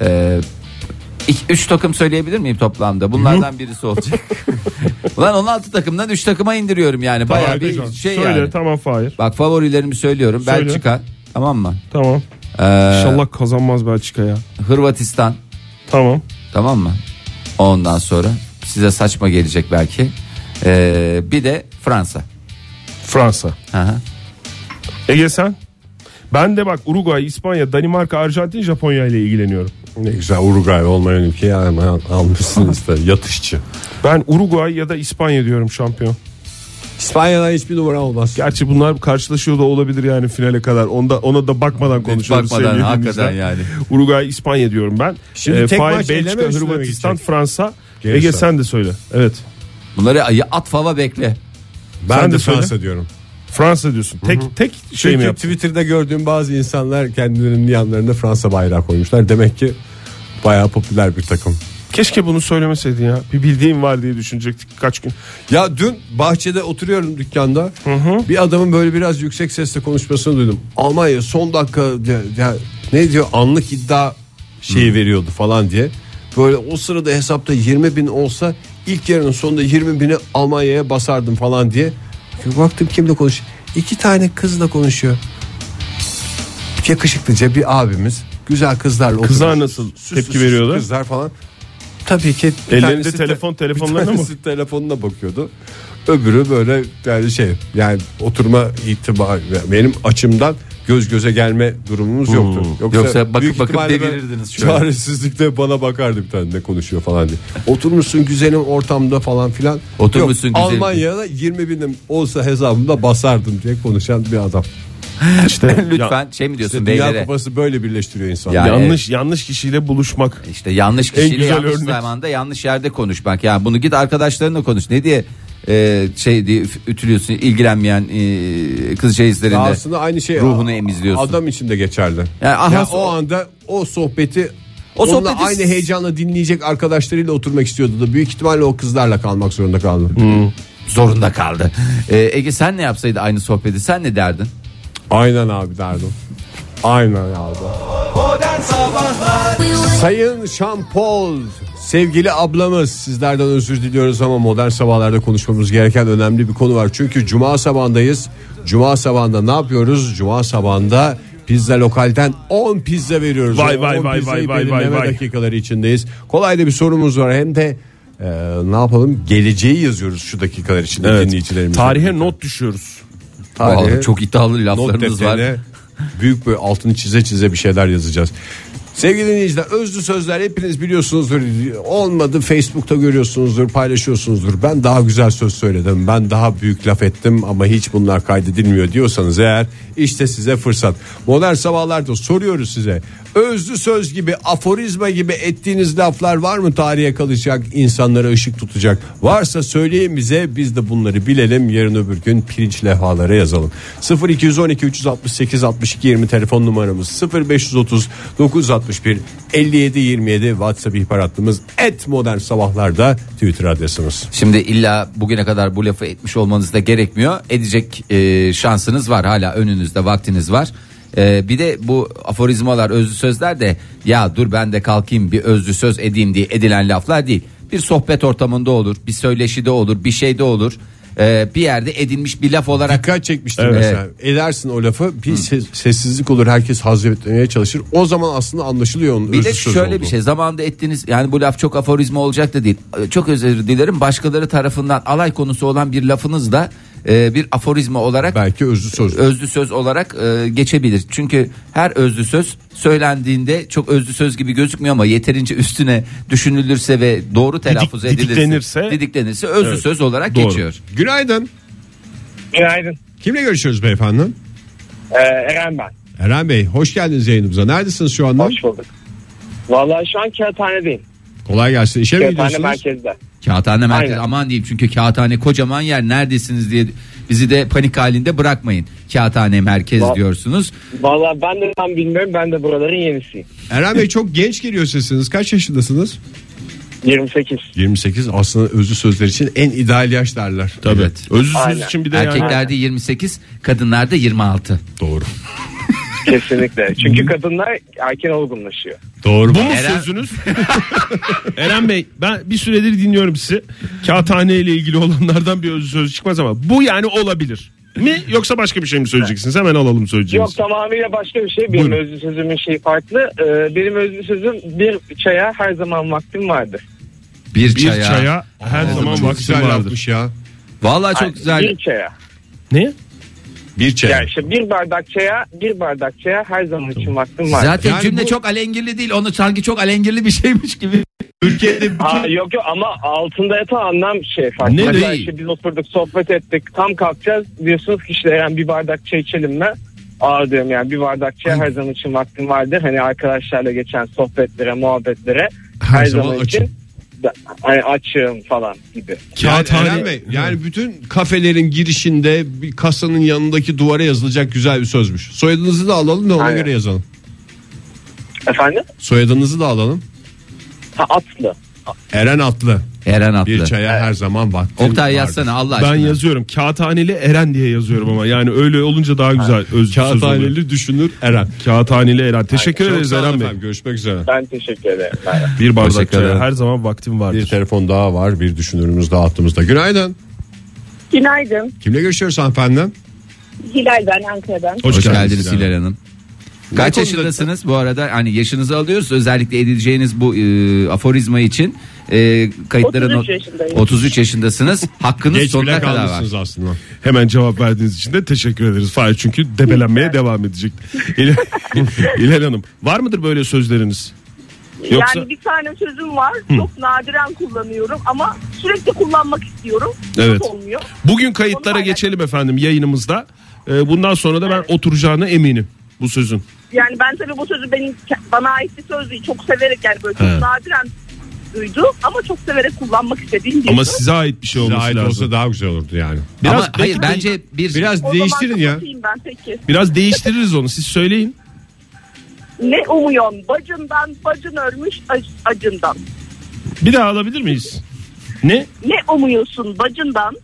3 takım söyleyebilir miyim toplamda? Bunlardan birisi olacak. Ulan 16 takımdan 3 takıma indiriyorum yani. Bayağı bir şey Söyle yani. tamam Fahir. Bak favorilerimi söylüyorum. Söyle. Belçika, tamam mı? Tamam. İnşallah kazanmaz Belçika ya. Hırvatistan, Tamam. tamam mı? Ondan sonra size saçma gelecek belki. Bir de Fransa. Fransa. Hı hı. Ege sen? Ben de bak Uruguay, İspanya, Danimarka, Arjantin, Japonya ile ilgileniyorum. Ne güzel, Uruguay olmayan ülkeyi almışsınız da yatışçı. Ben Uruguay ya da İspanya diyorum şampiyon. İspanya'dan hiçbir numara olmaz. Gerçi bunlar karşılaşıyor da olabilir yani finale kadar. Ona da bakmadan konuşuyoruz. Bakmadan hakikaten yani. Uruguay, İspanya diyorum ben. Şimdi tek maç Belçika, eleme üstüne mi Hırvatistan, gidecek? Fransa. Gerisi. Ege sen de söyle. Evet. Bunları at fava bekle. Ben Sen de de söyle. Fransa diyorum. Fransa diyorsun. Tek şey mi Çünkü yaptın? Twitter'da gördüğüm bazı insanlar kendilerinin yanlarında Fransa bayrağı koymuşlar. Demek ki bayağı popüler bir takım. Keşke bunu söylemeseydin ya. Bir bildiğim var diye düşünecektik kaç gün. Ya dün bahçede oturuyorum dükkanda. Bir adamın böyle biraz yüksek sesle konuşmasını duydum. Almanya son dakika ne diyor, anlık iddia şeyi veriyordu falan diye. Böyle o sırada hesapta 20.000 olsa ilk yarının sonunda 20.000'i Almanya'ya basardım falan diye. Baktım kimle konuşuyor? 2 tane kızla konuşuyor. Yakışıklıca bir abimiz. Güzel kızlarla Kızlar oturuyor. nasıl Süslü tepki süslü veriyorlar? Kızlar falan. Tabii ki bir Ellerinde tanesi telefonlarına mı? telefonuna bakıyordu. Öbürü böyle yani yani oturma itibar, benim açımdan göz göze gelme durumumuz yoktu. Yoksa bakıp büyük bakıp ihtimalle ben devirirdiniz şöyle. Çaresizlikle bana bakardı bir tane, ne konuşuyor falan diye. Oturmuşsun güzelim ortamda falan filan. Oturmuşsun Yok, güzelim. Almanya'da 20.000'im olsa hesabımda basardım diye konuşan bir adam. İşte Lütfen şey mi diyorsun İşte Dünya beylere? Kupası böyle birleştiriyor insanları. Ya, yanlış kişiyle buluşmak. İşte yanlış En kişiyle güzel yanlış örnek. zamanda yanlış yerde konuşmak. Yani bunu git arkadaşlarınla konuş. Ne diye şey diye ütülüyorsun, ilgilenmeyen kızcağızlarında Aslında aynı şey ruhunu emizliyorsun. adam için de geçerli. Yani Ya o anda o sohbeti onunla aynı heyecanla dinleyecek arkadaşlarıyla oturmak istiyordu da büyük ihtimalle o kızlarla kalmak zorunda kaldı. zorunda kaldı. Ege sen ne yapsaydı aynı sohbeti sen ne derdin? Aynen abi derdim. Aynen abi. Modern Sabahlar Sayın Sean Paul, sevgili ablamız, sizlerden özür diliyoruz ama modern sabahlarda konuşmamız gereken önemli bir konu var. Çünkü Cuma sabahındayız. Cuma sabahında ne yapıyoruz? Cuma sabahında pizza lokalden 10 pizza veriyoruz. Vay, O vay, 10 vay, pizzayı vay, vay, belirleme vay. dakikaları içindeyiz. Kolay da bir sorumuz var, hem de ne yapalım, geleceği yazıyoruz şu dakikalar içinde dinleyicilerimize. Tarihe not düşüyoruz. Vallahi çok iddialı not laflarınız var. defterine büyük böyle altını çize bir şeyler yazacağız. Sevgili dinleyiciler, özlü sözler hepiniz biliyorsunuzdur. Olmadı Facebook'ta görüyorsunuzdur, paylaşıyorsunuzdur. Ben daha güzel söz söyledim, ben daha büyük laf ettim ama hiç bunlar kaydedilmiyor diyorsanız eğer, işte size fırsat. Modern sabahlarda soruyoruz size. Özlü söz gibi, aforizma gibi ettiğiniz laflar var mı tarihe kalacak, insanlara ışık tutacak? Varsa söyleyin bize, biz de bunları bilelim. Yarın öbür gün pirinç levhalara yazalım. 0212 368 62 20 telefon numaramız, 0530 961 57 27 WhatsApp ihbar hattımız, @modern sabahlarda Twitter adresimiz. Şimdi illa bugüne kadar bu lafı etmiş olmanız da gerekmiyor. Edecek şansınız var, hala önünüzde vaktiniz var. Bir de bu aforizmalar, özlü sözler de ya dur ben de kalkayım bir özlü söz edeyim diye edilen laflar değil. Bir sohbet ortamında olur, bir söyleşide olur, bir şeyde olur. Bir yerde edilmiş bir laf olarak. Dikkat çekmiştim Evet. mesela. Edersin o lafı, bir sessizlik olur, herkes hazmetmeye çalışır. O zaman aslında anlaşılıyor onun Bir özlü de söz şöyle olduğu. bir şey, zamanında ettiğiniz, yani bu laf çok aforizma olacak da değil. Çok özür dilerim, başkaları tarafından alay konusu olan bir lafınız da bir aforizma olarak, Belki özlü söz. özlü söz olarak geçebilir. Çünkü her özlü söz söylendiğinde çok özlü söz gibi gözükmüyor ama yeterince üstüne düşünülürse ve doğru telaffuz didiklenirse özlü Evet, söz olarak doğru. geçiyor. Günaydın. Günaydın. Kimle görüşüyoruz beyefendi? Eren ben. Eren Bey, hoş geldiniz yayınımıza. Neredesiniz şu anda? Hoş bulduk. Vallahi şu an kağıthanedeyim. Kolay gelsin. İşe mi Kağıthane gidiyorsunuz? merkezde. Kağıthane merkez, Aynen. aman diyeyim, çünkü kağıthane kocaman yer, neredesiniz diye bizi de panik halinde bırakmayın. Kağıthane merkez diyorsunuz. Vallahi ben de tam bilmiyorum. Ben de buraların yenisiyim. Eren Bey, çok genç geliyor sesiniz. Kaç yaşındasınız? 28. 28. Aslında özlü sözler için en ideal yaş derler. Tabii. Evet. Özlü söz Aynen. için bir de yani. Erkeklerde 28, kadınlarda 26. Doğru. Kesinlikle. Çünkü kadınlar erken olgunlaşıyor. Doğru. Bu mu Eren- sözünüz? Eren Bey, ben bir süredir dinliyorum sizi. Kağıthane ile ilgili olanlardan bir özlü söz çıkmaz ama bu yani olabilir mi, yoksa başka bir şey mi söyleyeceksiniz? Hemen alalım Yok, söyleyeceğinizi. tamamıyla başka bir şey. Benim Buyurun. özlü sözümün şeyi farklı. Benim özlü sözüm bir çaya her zaman vaktim vardır. Bir Bir çaya her zaman Çok vaktim güzel vardır. yapmış ya. Vallahi çok Ay, güzel. Bir çaya. Ne? Bir çaya. Yani işte bir bardak çaya her zaman için vaktim var. Zaten Yani cümle bu- çok alengirli değil. Onu sanki çok alengirli bir şeymiş gibi. Türkiye'de Yok ama altında yatan anlam farklı. Ne Mesela değil? işte biz oturduk sohbet ettik tam kalkacağız diyorsunuz ki işte yani bir bardak çay içelim mi? Diyorum yani bir bardak çay her zaman için vaktim vardır. Hani arkadaşlarla geçen sohbetlere muhabbetlere her zaman için hani açığım falan gibi. Eren Bey, yani bütün kafelerin girişinde bir kasanın yanındaki duvara yazılacak güzel bir sözmüş. Soyadınızı da alalım da ona Aynen. göre yazalım. Efendim? Soyadınızı da alalım. Atlı. Eren Atlı. Eren Atlı. Bir çaya her zaman vaktim Oktay vardır. yazsana Allah aşkına. Ben yazıyorum. Kağıthaneli Eren diye yazıyorum ama yani öyle olunca daha güzel özlü söz oluyor. Kağıthaneli düşünür Eren. Kağıthaneli Eren. Teşekkür ederiz Çok sağ olun Eren Bey. efendim, görüşmek üzere. Ben teşekkür ederim. Bir bardak Teşekkür çaya ederim. her zaman vaktim vardır. Bir telefon daha var, bir düşünürümüz daha hattımızda. Günaydın. Günaydın. Kimle görüşüyoruz hanımefendi? Hilal ben Ankara'dan. Hoş geldiniz Hilal Hilal Hanım. Kaç konuda- yaşındasınız bu arada? Hani yaşınızı alıyoruz. Özellikle edileceğiniz bu aforizma için kayıtlara 33 yaşındayım. 33 yaşındasınız. Hakkınız Geç sonuna bile kadar var. kalmışsınız aslında. Hemen cevap verdiğiniz için de teşekkür ederiz. Fahir çünkü debelenmeye devam edecek. İlhan Hanım, var mıdır böyle sözleriniz? Yoksa Yani bir tane sözüm var. Çok nadiren kullanıyorum ama sürekli kullanmak istiyorum. Evet. Olmuyor. bugün kayıtlara Onu geçelim efendim yayınımızda. Bundan sonra da ben oturacağına eminim bu sözün. Yani ben tabii bu sözü bana ait bir söz değil. Çok severek yani böyle çok nadiren duydum ama çok severek kullanmak istediğim bir Ama söz. size ait bir şey Size olması ait lazım. olsa daha güzel olurdu yani. Biraz Ama hayır belki bence Biraz O değiştirin zaman ya. kapatayım ben peki. biraz değiştiririz onu. Siz söyleyin. Ne umuyorsun bacından, bacın ölmüş acından. Bir daha alabilir miyiz? Ne? Ne umuyorsun bacından,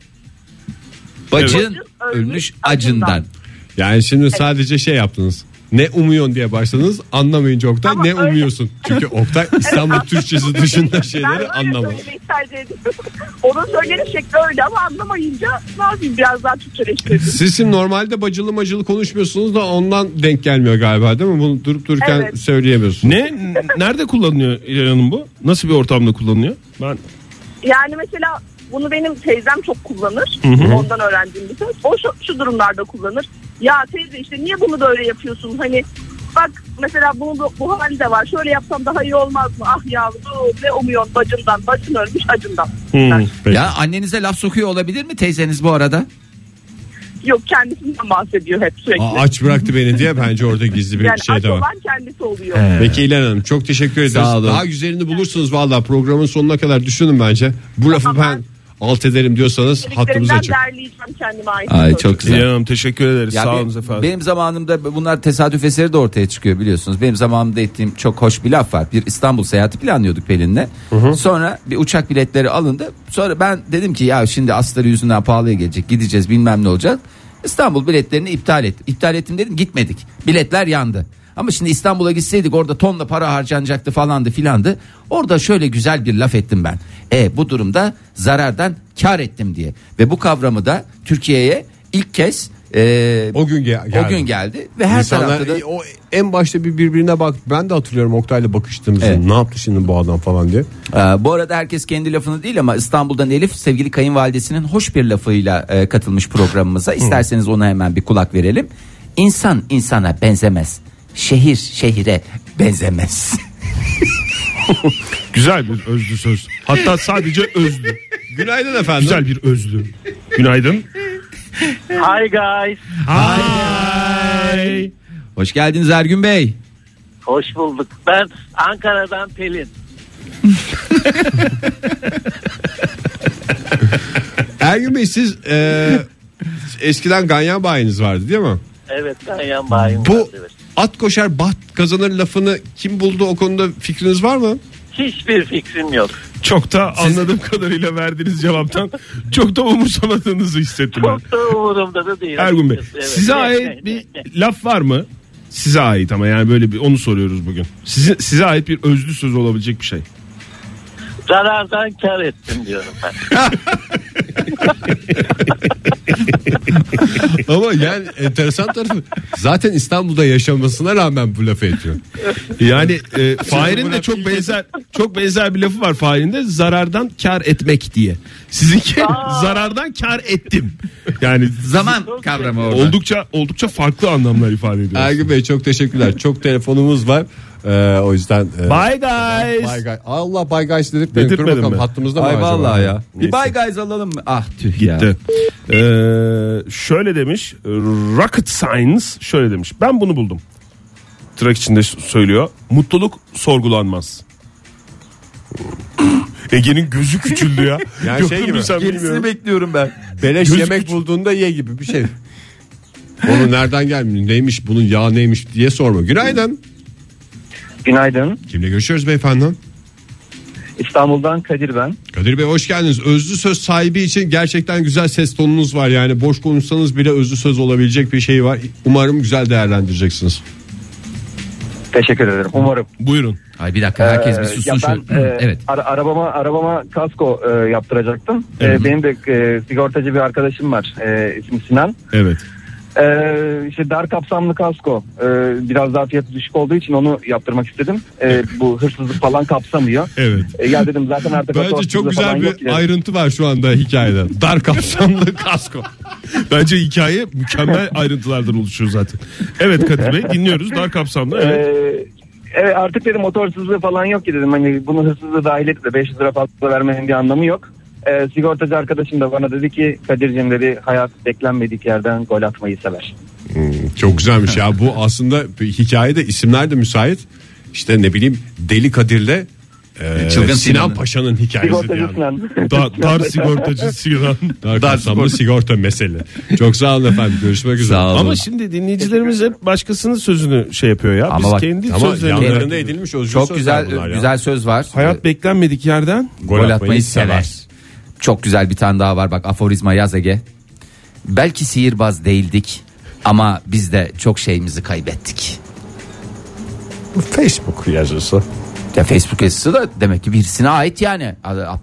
bacın ölmüş acından. Yani şimdi sadece şey yaptınız. Ne umuyorsun diye başladınız, anlamayınca Oktay Ama ne öyle- umuyorsun. Çünkü Oktay İstanbul Türkçesi dışında Ben şeyleri öyle anlamaz. söylemeyi tercih ediyorum. Onun söylediği şekli öyle ama anlamayınca ne yapayım biraz daha Türkçeleştirdim. Sizin normalde bacılı macılı konuşmuyorsunuz da ondan denk gelmiyor galiba değil mi? Bunu durup dururken Evet. söyleyemiyorsunuz. Ne? Nerede kullanılıyor İlhan Hanım bu? Nasıl bir ortamda kullanılıyor? Ben Yani mesela bunu benim teyzem çok kullanır. Ondan öğrendiğim bir söz. O şu durumlarda kullanır. Ya teyze işte niye bunu böyle yapıyorsun? Hani bak mesela bu halde var. Şöyle yapsam daha iyi olmaz mı? Ah yavrum ne umuyorsun bacından. Bacın ölmüş acından. Peki. Ya annenize laf sokuyor olabilir mi teyzeniz bu arada? Yok kendisinden bahsediyor hep sürekli. Aç bıraktı beni diye bence orada gizli bir yani şey aç de var. olan kendisi oluyor. Peki İlhan Hanım çok teşekkür ederiz. Sağ olun. Daha güzelini bulursunuz valla, programın sonuna kadar düşünün bence. Bu lafı Tamam, ben alt ederim diyorsanız hattımız Dediklerinden açık. derleyeceğim kendime ait. Ay bir söz. çok güzel. İlhan Hanım teşekkür ederiz. Ya Sağ be- olun efendim. benim zamanımda bunlar tesadüf eseri de ortaya çıkıyor biliyorsunuz. Benim zamanımda ettiğim çok hoş bir laf var. Bir İstanbul seyahati planlıyorduk Pelin'le. Sonra bir uçak biletleri alındı. Sonra ben dedim ki ya şimdi astarı yüzünden pahalıya gelecek, gideceğiz bilmem ne olacak. İstanbul biletlerini iptal ettim. İptal ettim dedim, gitmedik. Biletler yandı. Ama şimdi İstanbul'a gitseydik orada tonla para harcanacaktı falandı filandı. Orada şöyle güzel bir laf ettim ben. Bu durumda zarardan kar ettim diye. Ve bu kavramı da Türkiye'ye ilk kez O gün geldi. o gün geldi ve her İnsanlar tarafta da o en başta birbirine bak. Ben de hatırlıyorum Oktay'la bakıştığımızı. Evet. Ne yaptı şimdi bu adam falan diye. bu arada herkes kendi lafını değil ama İstanbul'dan Elif sevgili kayınvalidesinin hoş bir lafıyla katılmış programımıza. İsterseniz ona hemen bir kulak verelim. İnsan insana benzemez. Şehir şehire benzemez. Güzel bir özlü söz. Hatta sadece özlü. Günaydın efendim. Güzel bir özlü. Günaydın. Hi guys. Hi. Hoş geldiniz Ergün Bey. Hoş bulduk. Ben Ankara'dan Pelin. Ergün Bey siz eskiden ganyan bayiniz vardı değil mi? Evet Ganyan bayim Bu var, evet. at koşar baht kazanır lafını kim buldu, o konuda fikriniz var mı? Hiçbir fikrim yok. Çok da anladığım kadarıyla verdiğiniz cevaptan çok da umursamadığınızı hissettim ben. Çok da umurumda da değil. Ergun Bey, Evet. size ait bir laf var mı? Size ait ama yani böyle bir onu soruyoruz bugün. Size ait bir özlü söz olabilecek bir şey. Zarardan kar ettim diyorum ben. Ama yani enteresan tarafı zaten İstanbul'da yaşamasına rağmen bu lafı ediyor. Yani Fahir'in de çok benzer bir lafı var Fahir'in de, zarardan kar etmek diye. Sizinki zarardan kar ettim. Yani Zaman kavramı orada. oldukça farklı anlamlar ifade ediyor. Ergün Bey çok teşekkürler. Çok telefonumuz var. O yüzden Bye guys. Bye guys. Allah bye guys dedik. Dedirtmedim Dur bakalım mi? hattımızda mı Ay acaba? vallahi ya. Neyse. Bir bye guys alalım mı? Ah tüh ya. Gitti. Şöyle demiş Rocket Science, şöyle demiş. Ben bunu buldum. Tırnak içinde söylüyor. Mutluluk sorgulanmaz. Ege'nin gözü küçüldü ya. Yani Gördün şey mü gibi, sen Gerisini bilmiyorum. bekliyorum ben. Beleş Gözü yemek küçük. bulduğunda ye gibi bir şey. Onu nereden gelmiş, neymiş, bunun yağı neymiş diye sorma. Günaydın. Günaydın. Kimle görüşüyoruz beyefendi? İstanbul'dan Kadir ben. Kadir Bey hoş geldiniz. Özlü söz sahibi için gerçekten güzel ses tonunuz var. Yani boş konuşsanız bile özlü söz olabilecek bir şey var. Umarım güzel değerlendireceksiniz. Teşekkür ederim. Umarım. Buyurun. Ay bir dakika herkes bir sussun Ya ben şöyle. Evet. arabama kasko yaptıracaktım. Evet. Benim de sigortacı bir arkadaşım var. İsmi Sinan. Evet. İşte dar kapsamlı kasko. Biraz daha fiyatı düşük olduğu için onu yaptırmak istedim. Bu hırsızlık falan kapsamıyor. Evet. Ya dedim zaten artık Bence çok falan güzel yok bir ya. ayrıntı var şu anda hikayede. Dar kapsamlı kasko. Bence hikaye mükemmel ayrıntılardan oluşuyor zaten. Evet Kadir Bey, dinliyoruz. Dar kapsamlı. Evet. Evet artık dedim motor hırsızlığı falan yok ki dedim. Hani bunu hırsızlığı dahil et de 500 lira fazla vermenin bir anlamı yok. Sigortacı arkadaşım da bana dedi ki Kadir'cim dedi hayat beklenmedik yerden gol atmayı sever. Çok güzelmiş ya. Bu aslında hikayede isimler de müsait. İşte ne bileyim Deli Kadir'le Çılgın Sinan Sinan'ın. Paşa'nın hikayesi. Sigortacı Yani. Sinan. Dar sigortacı Sinan. Dar kapsamlı sigorta mesele. Çok sağ olun efendim. Görüşmek üzere. Sağ olun. Ama şimdi dinleyicilerimiz hep başkasının sözünü şey yapıyor ya. Ama Biz bak, kendi Ama sözlerini. yanlarında edilmiş özgür Çok sözler güzel bunlar ya. güzel söz var. Hayat beklenmedik yerden. Gol atmayı sever. Çok güzel bir tane daha var bak, aforizma yaz Ege. Belki sihirbaz değildik ama biz de çok şeyimizi kaybettik. Facebook yazısı. Ya Facebook yazısı da demek ki birisine ait yani.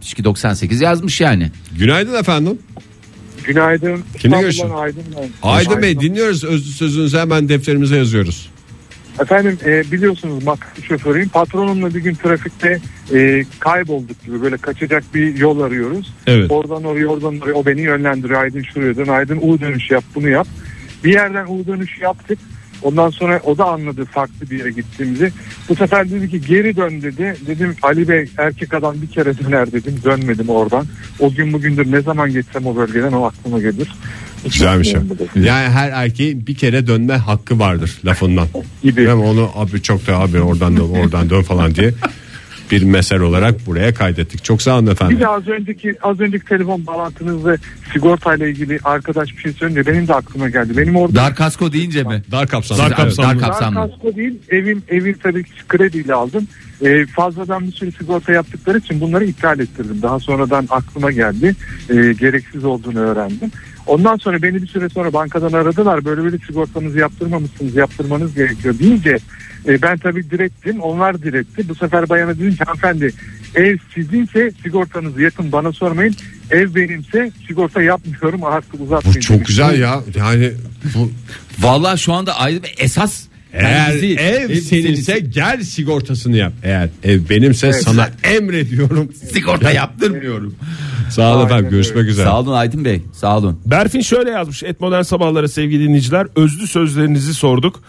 62-98 yazmış yani. Günaydın efendim. Günaydın. Kimle görüşüyorsun? Aydın ben. Aydın Bey dinliyoruz özlü sözünüzü hemen defterimize yazıyoruz. Efendim biliyorsunuz makine şoförüyüm. Patronumla bir gün trafikte kaybolduk gibi böyle kaçacak bir yol arıyoruz. Evet. Oradan oraya o beni yönlendiriyor. Aydın şuraya dön, Aydın U dönüşü yap, bunu yap. Bir yerden U dönüşü yaptık. Ondan sonra o da anladı farklı bir yere gittiğimizi. Bu sefer dedi ki geri dön dedi. Dedim Ali Bey erkek adam bir kere döner dedim. Dönmedim oradan. O gün bugündür ne zaman geçsem o bölgeden o aklıma gelir. Güzelmiş ya. Yani her erkeğin bir kere dönme hakkı vardır lafından. Gibi. Ama onu abi çok da abi oradan dön falan diye bir mesele olarak buraya kaydettik. Çok sağ olun efendim. Bir de az önceki telefon bağlantınızda sigortayla ilgili arkadaş bir şey söyleyince benim de aklıma geldi. Benim orada Dar kasko deyince mi? Dar kapsamlı. Dar kapsamlı. Dar kapsamlı. kasko değil, evim tabii ki krediyle aldım. Fazladan bir sürü sigorta yaptıkları için bunları iptal ettirdim. Daha sonradan aklıma geldi. Gereksiz olduğunu öğrendim. Ondan sonra beni bir süre sonra bankadan aradılar. Böyle sigortanızı yaptırmamışsınız, yaptırmanız gerekiyor deyince ben tabii direttim. Onlar diretti. Bu sefer bayana dedim ki hanımefendi ev sizinse sigortanızı yapın, bana sormayın. Ev benimse sigorta yapmıyorum, artık uzatmayın. Bu çok güzel ya. Yani bu Vallahi şu anda ayrı bir esas. eğer Yani bizi- ev seninse gel sigortasını yap. Eğer ev benimse sana emrediyorum. sigorta yaptırmıyorum. Sağ olun Aynen efendim. öyle. Görüşmek üzere. Sağ olun Aydın Bey. Sağ olun. Berfin şöyle yazmış. Modern Sabahlara sevgili dinleyiciler. Özlü sözlerinizi sorduk.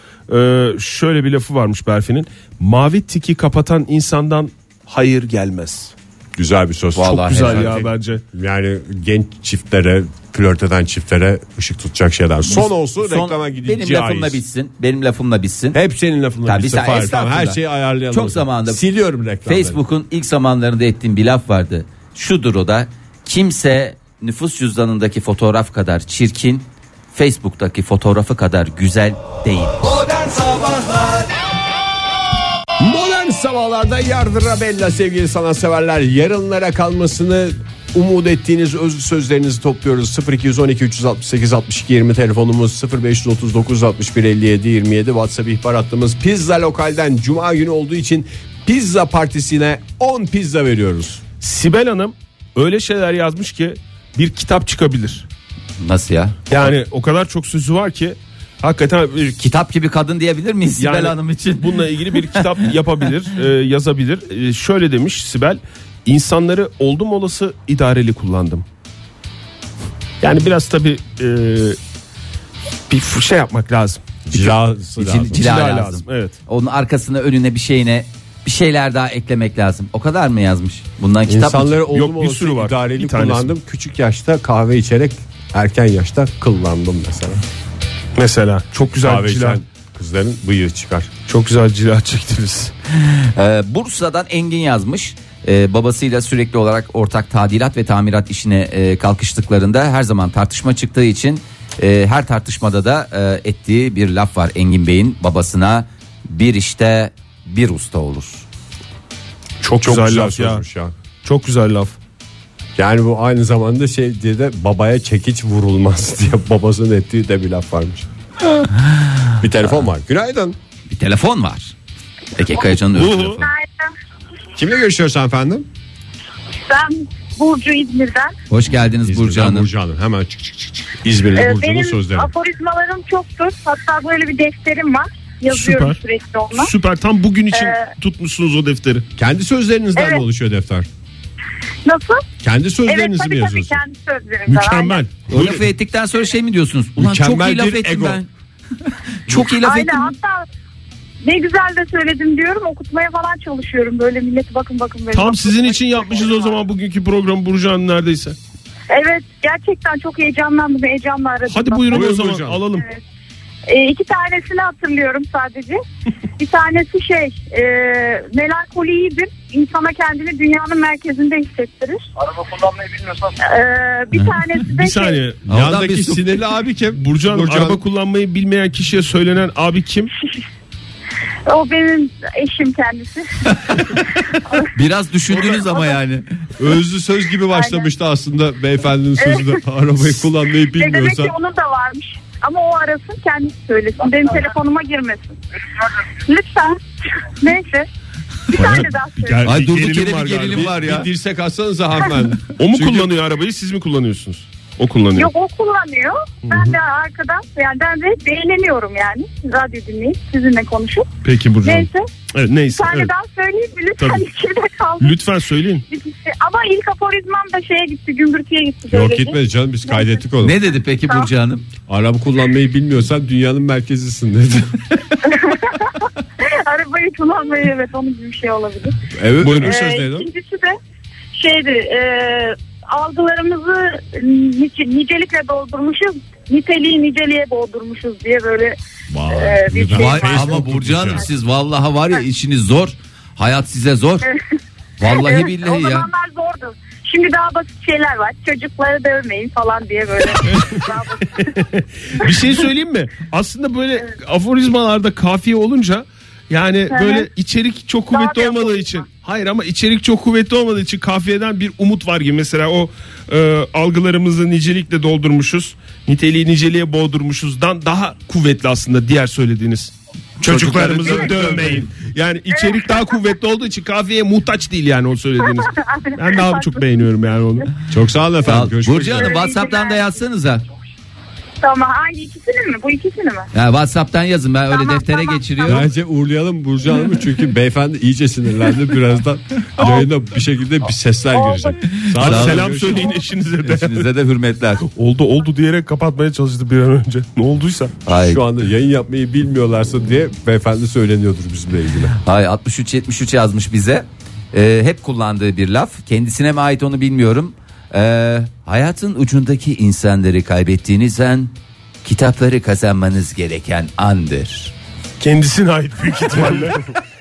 Şöyle bir lafı varmış Berfin'in. Mavi tiki kapatan insandan hayır gelmez. Güzel bir söz. Vallahi Çok güzel helal. ya bence. Yani genç çiftlere, flört eden çiftlere ışık tutacak şeyler. Son olsun reklama gideceğiz. Benim lafımla bitsin. Benim lafımla bitsin. Hep senin lafınla Tabii bitsin. sen Fahir, tamam, estağfurullah. her şeyi ayarlayalım. Çok o zaman. zamanında Siliyorum reklamları. Facebook'un ilk zamanlarında ettiğim bir laf vardı. Şudur o da: kimse nüfus cüzdanındaki fotoğraf kadar çirkin, Facebook'taki fotoğrafı kadar güzel değil. Modern Sabahlar Modern sabahlarda yardıra bella sevgili sanatseverler. Yarınlara kalmasını umut ettiğiniz özlü sözlerinizi topluyoruz. 0212 368 62 20 telefonumuz, 0539 61 57 27 WhatsApp ihbar hattımız. Pizza Lokal'den cuma günü olduğu için pizza partisine 10 pizza veriyoruz. Sibel Hanım öyle şeyler yazmış ki bir kitap çıkabilir. Nasıl ya? Yani o kadar çok sözü var ki hakikaten bir Kitap gibi kadın diyebilir miyiz Sibel Yani Hanım için? bununla ilgili bir kitap yapabilir, yazabilir. Şöyle demiş Sibel: insanları oldum olası idareli kullandım. Yani biraz tabii bir şey yapmak lazım. Cilası lazım. Cila lazım. Evet. Onun arkasına önüne bir şeyler daha eklemek lazım. O kadar mı yazmış? Bundan kitap İnsanları mı? oldum Yok, bir olası sürü var. idareli Bir tanesi. kullandım. Küçük yaşta kahve içerek erken yaşta kıllandım mesela. Mesela çok güzel Kahve cila. içen kızların bıyığı çıkar. Çok güzel cila çektiniz. Bursa'dan Engin yazmış. Babasıyla sürekli olarak ortak tadilat ve tamirat işine kalkıştıklarında her zaman tartışma çıktığı için her tartışmada da ettiği bir laf var Engin Bey'in babasına: bir işte bir usta olur. Çok güzel laf ya. sözmüş ya. Çok güzel laf. Yani bu aynı zamanda şey diye de babaya çekiç vurulmaz diye babasının ettiği de bir laf varmış. Bir telefon var. Günaydın. Bir telefon var. Ege Kayacan'ın öyle telefonu. Kimle görüşüyoruz efendim? Ben Burcu İzmir'den. Hoş geldiniz Burcu Hanım. Burcu Hanım. Hemen çık. İzmir'de Burcu'nun Benim sözleri. aforizmalarım çoktur. Hatta böyle bir defterim var. Yazıyorum Süper. sürekli ona. Süper, tam bugün için tutmuşsunuz o defteri. Kendi sözlerinizden Evet. mi oluşuyor defter? Nasıl? Kendi Evet sözlerinizi mi tabii yazıyorsunuz? kendi sözlerimden. Mükemmel. O lafı ettikten sonra şey mi diyorsunuz? Ulan çok Mükemmel iyi laf bir ettim ego. ben. Çok iyi laf Aynen, ettim. hatta ne güzel de söyledim diyorum, okutmaya falan çalışıyorum. Böyle milleti bakın böyle. Tam Bakın, sizin bakın. için yapmışız o zaman bugünkü programı Burcu Hanım neredeyse. Evet, gerçekten çok heyecanlandım, heyecanla aradım. Hadi buyurun o Buyurun zaman Burcu Hanım. alalım. Evet. 2 tanesini hatırlıyorum sadece. Bir tanesi melankoli iyidir. İnsana kendini dünyanın merkezinde hissettirir. Araba kullanmayı bilmiyorsan. Bir tanesi de Bir saniye. Oradan Yandaki bir sinirli abi kim? Burcu Hanım, Burcu araba Hanım. kullanmayı bilmeyen kişiye söylenen abi kim? o benim eşim kendisi. Biraz düşündünüz ama yani. Özlü söz gibi başlamıştı aslında beyefendinin sözü de. Arabayı kullanmayı Ve demek bilmiyorsa. ki onun da varmış. Ama o arasın, kendisi söylesin. Benim telefonuma girmesin. Lütfen. Neyse. Bir tane daha söyle. Ay durduk Gerilim yere var bir gerilim galiba. var ya. Bir dirsek atsanıza hanımefendi. O mu Çünkü- kullanıyor arabayı, siz mi kullanıyorsunuz? O kullanıyor. Yok, o kullanıyor. Ben de arkadan, yani ben de beğeniyorum yani. Radyo dinleyip sizinle konuşup. Peki Burcu Hanım. Neyse. Evet, Bir neyse. tane Evet. daha söyleyeyim mi? Lütfen, Tabii. içeride kaldı. Lütfen söyleyin. Ama ilk aforizmam da şeye gitti, gümbürtüye gitti. Yok böylece. gitmedi canım, biz kaydettik onu. Ne dedi peki Burcu Hanım? Araba kullanmayı bilmiyorsan dünyanın merkezisin dedi. Arabayı kullanmayı, evet, onun gibi bir şey olabilir. Evet. Buyurun. Öbür söz neydi? İkincisi de algılarımızı nicelikle doldurmuşuz, niteliği niceliğe boğdurmuşuz diye böyle bir şey Vay, var. ama Burcu Hanım siz vallahi var ya, işiniz zor. Hayat size zor. Vallahi Evet, billahi o ya. zamanlar zordu. Şimdi daha basit şeyler var. Çocukları dövmeyin falan diye böyle. Daha basit. Bir şey söyleyeyim mi? Aslında böyle aforizmalarda kafiye olunca, yani böyle içerik çok kuvvetli bir olmadığı aforizma. için. Hayır, ama içerik çok kuvvetli olmadığı için kafiyeden bir umut var gibi. Mesela o algılarımızı nicelikle doldurmuşuz, niteliği niceliğe boğdurmuşuzdan daha kuvvetli aslında diğer söylediğiniz. Çocuklarımızı dövmeyin. Yani içerik daha kuvvetli olduğu için kafiyeye muhtaç değil yani o söylediğiniz. Ben daha çok beğeniyorum yani onu. Çok sağ olun efendim. Görüşmek Burcu Hanım üzere. WhatsApp'tan da yazsanıza. Tamam, hangi ikisini mi? Bu ikisini mi? Ya WhatsApp'tan yazın, ben öyle Tamam, deftere tamam, geçiriyorum. Bence uğurlayalım Burcu Hanım'ı, çünkü beyefendi iyice sinirlendi. Birazdan yayına bir şekilde bir sesler girecek. Sağ Hadi olun. selam Görüşürüz. söyleyin eşinize de. Eşinize de hürmetler. Oldu diyerek kapatmaya çalıştı bir an önce. Ne olduysa. Hayır. Şu anda yayın yapmayı bilmiyorlarsa diye beyefendi söyleniyordur bizimle ilgili. Hayır, 63-73 yazmış bize. Hep kullandığı bir laf. Kendisine mi ait onu bilmiyorum. Hayatın ucundaki insanları kaybettiğiniz an kitapları kazanmanız gereken andır. Kendisine ait büyük ihtimalle.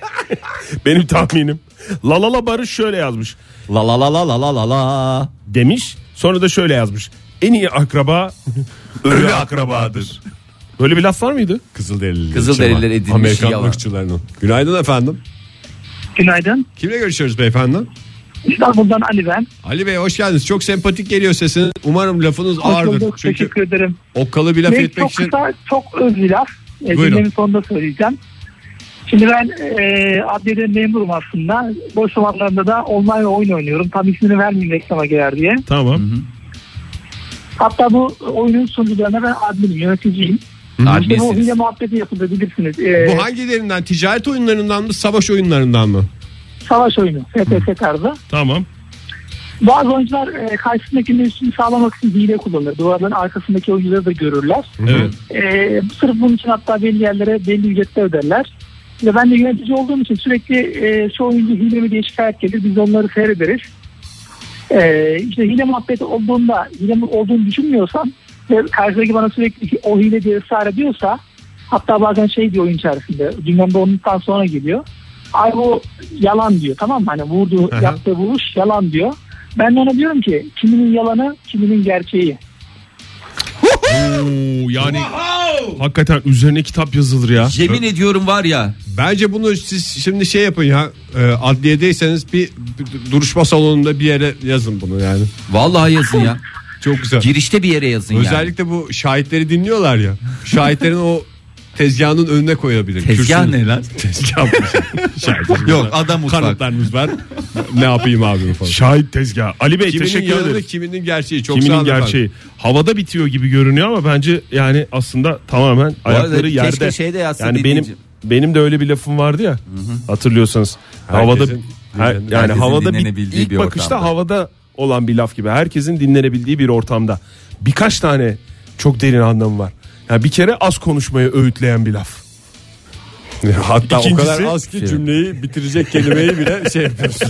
Benim tahminim. La Barış şöyle yazmış. La la la la la la la la. Demiş. Sonra da şöyle yazmış. En iyi akraba ölü akrabadır. Böyle bir laf var mıydı? için Kızılderililer var. edilmiş Amerikan yalan. ırkçılarının. Günaydın efendim. Günaydın. Kimle görüşüyoruz beyefendi? İstanbul'dan Ali ben. Ali Bey hoş geldiniz. Çok sempatik geliyor sesiniz. Umarım lafınız Hoş ağırdır. bulduk. Çünkü Teşekkür ederim. okkalı bir laf Ve etmek çok için. kısa, çok öz bir laf. Buyurun. Cümlenin sonunda söyleyeceğim. Şimdi ben adliyede memurum aslında. Boş zamanlarında da online oyun oynuyorum. Tam ismini vermeyeyim reklama girer diye. Tamam. Hatta bu oyunun sunucularına ben adminim, yöneticiyim. İşte bu hile muhabbeti yapıldı bilirsiniz. Bu hangilerinden? Ticaret oyunlarından mı? Savaş oyunlarından mı? Savaş oyunu. FPS tarzı. Tamam. Bazı oyuncular karşısındakinin üstünü sağlamak için hile kullanır. Duvarların arkasındaki oyuncuları da görürler. Evet. Sırf bunun için hatta belli yerlere belli ücretler öderler. Ve ben de yönetici olduğum için sürekli şu oyuncu hile mi diye şikayet gelir. Biz onları seyrederiz. İşte hile muhabbeti olduğunda, hile olduğunu düşünmüyorsam ve karşıdaki bana sürekli o hile diye ısrar ediyorsa, hatta bazen şey diyor oyun içerisinde, gündemde olduktan sonra geliyor. Ay bu yalan diyor, tamam mı? Hani vurduğu, yaptığı vuruş yalan diyor. Ben de ona diyorum ki kiminin yalanı, kiminin gerçeği. Yani hakikaten üzerine kitap yazılır ya. Yemin ediyorum var ya. Bence bunu siz şimdi şey yapın ya, adliyedeyseniz bir duruşma salonunda bir yere yazın bunu yani. Vallahi yazın ya. Çok güzel. Girişte bir yere yazın yani. Özellikle bu şahitleri dinliyorlar ya. Şahitlerin o tezgahının önüne koyabilir. Tezgah Kürsünün. ne lan? Tezgah mı? Yok, adam mutfak. Kanıtlarımız var. Ne yapayım abi falan. Şahit tezgahı. Ali Bey Kiminin teşekkür yalanı, ederiz. kiminin gerçeği. Çok Kiminin sağ olun gerçeği. efendim. Havada bitiyor gibi görünüyor ama bence yani aslında tamamen ayakları keşke yerde. şeyde yazsa Yani dinleyici. benim de öyle bir lafım vardı ya. Hatırlıyorsanız. Havada yani herkesin havada dinlenebildiği ilk bir bakışta ortamda. havada olan bir laf gibi. Herkesin dinlenebildiği bir ortamda. Birkaç tane çok derin anlamı var. Yani bir kere az konuşmayı öğütleyen bir laf. Hatta İkincisi- o kadar az ki cümleyi bitirecek kelimeyi bile şey yapıyorsun.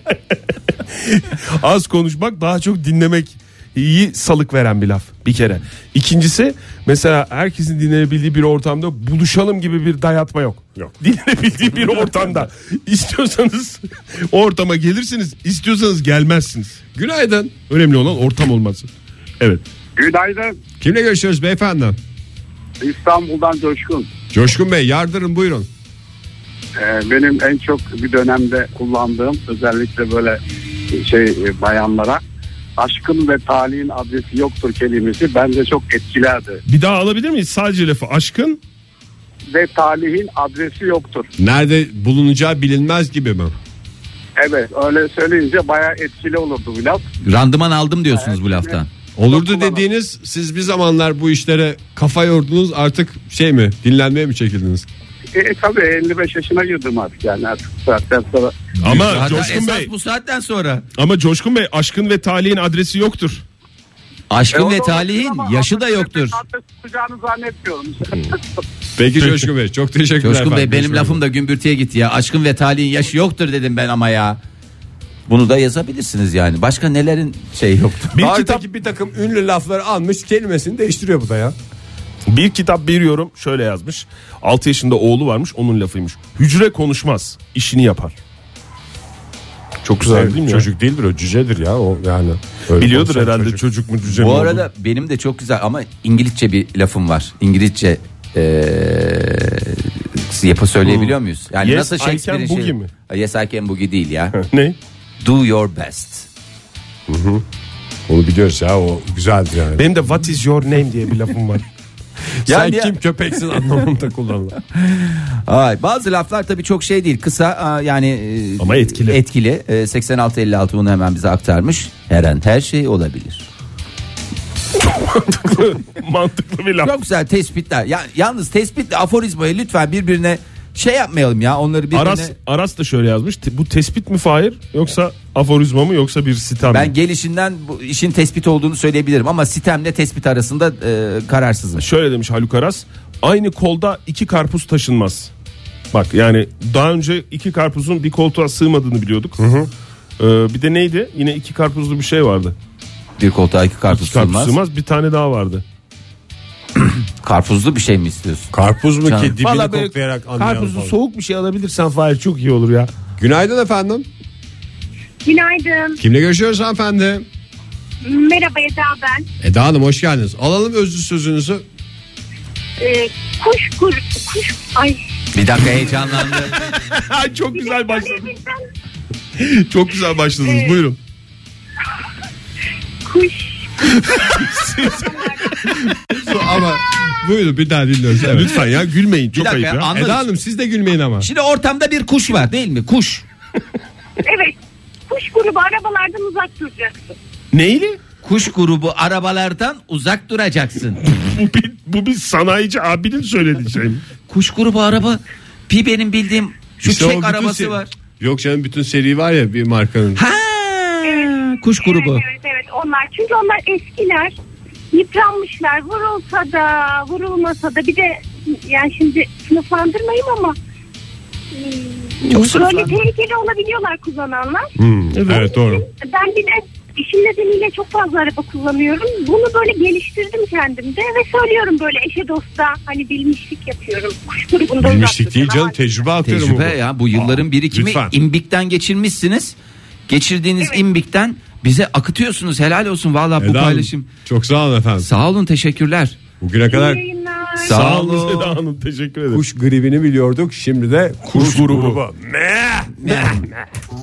Az konuşmak, daha çok dinlemek iyi salık veren bir laf bir kere. İkincisi, mesela herkesin dinlenebildiği bir ortamda buluşalım gibi bir dayatma yok. Dinlenebildiği bir ortamda istiyorsanız o ortama gelirsiniz, istiyorsanız gelmezsiniz. Günaydın. Önemli olan ortam olması. Evet. Günaydın. Kimle görüşüyoruz beyefendi? İstanbul'dan Coşkun. Coşkun Bey, yardırın buyurun. Benim en çok bir dönemde kullandığım, özellikle böyle bayanlara, aşkın ve talihin adresi yoktur kelimesi bende çok etkilerdi. Bir daha alabilir miyiz sadece lafı? Aşkın Ve talihin adresi yoktur. Nerede bulunacağı bilinmez gibi mi? Evet, öyle söyleyince bayağı etkili olurdu bu laf. Randıman aldım diyorsunuz bu laftan. Olurdu dediğiniz, siz bir zamanlar bu işlere kafa yordunuz, artık şey mi, dinlenmeye mi çekildiniz? Tabii 55 yaşına girdim artık, yani artık bu saatten sonra. ama Hatta Coşkun esas Bey, bu saatten sonra. ama Coşkun Bey, aşkın ve talihin adresi yoktur. Aşkın O ve da talihin olabilir ama yaşı da yoktur. Adres tutacağını zannetmiyorum. Peki Coşkun Bey, çok teşekkürler Coşkun Bey, efendim. benim Görüşmek lafım da gümbürtüye gitti ya. Aşkın ve talihin yaşı yoktur dedim ben ama ya. Bunu da yazabilirsiniz yani. Başka nelerin şey yoktu. üzere. Tarihteki bir takım ünlü lafları almış, kelimesini değiştiriyor bu da ya. Bir kitap, bir yorum şöyle yazmış. 6 yaşında oğlu varmış, onun lafıymış. Hücre konuşmaz, işini yapar. Çok güzel değil mi ya? Çocuk değildir o, cücedir ya o yani. Öyle Biliyordur konuşan herhalde çocuk mu cüce mi Bu olduğunu. arada benim de çok güzel ama İngilizce bir lafım var. İngilizce yapı söyleyebiliyor muyuz? Yani Yes, nasıl I Shakespeare'in can boogie mi? Yes I can boogie değil ya. Ne? Do your best. Onu biliyoruz ya, o güzeldir yani. Benim de what is your name diye bir lafım var. Sen Yani kim köpeksin anlamında kullanılan. Ay, bazı laflar tabii çok şey değil. Kısa yani Ama etkili. Etkili. 8656 bunu hemen bize aktarmış. Her an her şey olabilir. Mantıklı bir laf. Çok güzel tespitler. Yalnız tespitle aforizmayı lütfen birbirine şey yapmayalım ya. Onları birbirine... Aras da şöyle yazmış. Bu tespit mi Fahir, yoksa aforizma mı, yoksa bir sitem mi? Ben gelişinden bu işin tespit olduğunu söyleyebilirim ama sitemle tespit arasında kararsızım. Şöyle demiş Haluk Aras. Aynı kolda 2 karpuz taşınmaz. Bak yani daha önce 2 karpuzun bir koltuğa sığmadığını biliyorduk. Bir de neydi? Yine 2 karpuzlu bir şey vardı. Bir koltuğa 2 karpuz 2 karpuz sığmaz. sığmaz. Bir tane daha vardı. Karpuzlu bir şey mi istiyorsun? Karpuz mu Canım. ki, dibini Vallahi böyle koklayarak anlayalım karpuzlu falan. soğuk bir şey alabilirsen Fahir çok iyi olur ya. Günaydın efendim. Günaydın. Kimle görüşüyoruz hanımefendi? Merhaba Eda ben. Eda Hanım, hoş geldiniz. Alalım özlü sözünüzü. Ay. Bir dakika heyecanlandı. Çok güzel başladınız. Çok güzel başladınız. Buyurun. Kuş. Ama buyurun, bir daha dinliyoruz. Evet. Lütfen ya, gülmeyin. Çok dakika ayıp ya, ya. anladım. Eda Hanım, siz de gülmeyin ama. Şimdi ortamda bir kuş var değil mi? Kuş. Evet. Kuş grubu arabalardan uzak duracaksın. Neyli? kuş grubu arabalardan uzak duracaksın. Bu bir sanayici abinin söylediği şey mi? Kuş grubu araba. Benim bildiğim şu İşte o çek bütün arabası var. Yok canım, bütün seri var ya bir markanın. Ha, kuş grubu. Evet onlar, çünkü onlar eskiler, yıpranmışlar, vurulsa da vurulmasa da, bir de yani şimdi sınıflandırmayayım ama böyle tehlikeli olabiliyorlar kullananlar. Evet doğru. Ben bir de işin nedeniyle çok fazla araba kullanıyorum. Bunu böyle geliştirdim kendimde ve söylüyorum böyle eşe dosta, hani bilmişlik yapıyorum. Kuş grubunda Bilmişlik değil canım, tecrübe atıyorum. Tecrübe ya, bu yılların birikimi. lütfen. İmbik'ten geçirmişsiniz. Geçirdiğiniz imbikten bize akıtıyorsunuz. Helal olsun vallahi bu Eda Hanım, paylaşım. çok sağ olun efendim. Sağ olun, teşekkürler. Bugüne kadar Sağ olun olun. Seda Hanım, teşekkür ederim. kuş gribini biliyorduk. Şimdi de kuş grubu.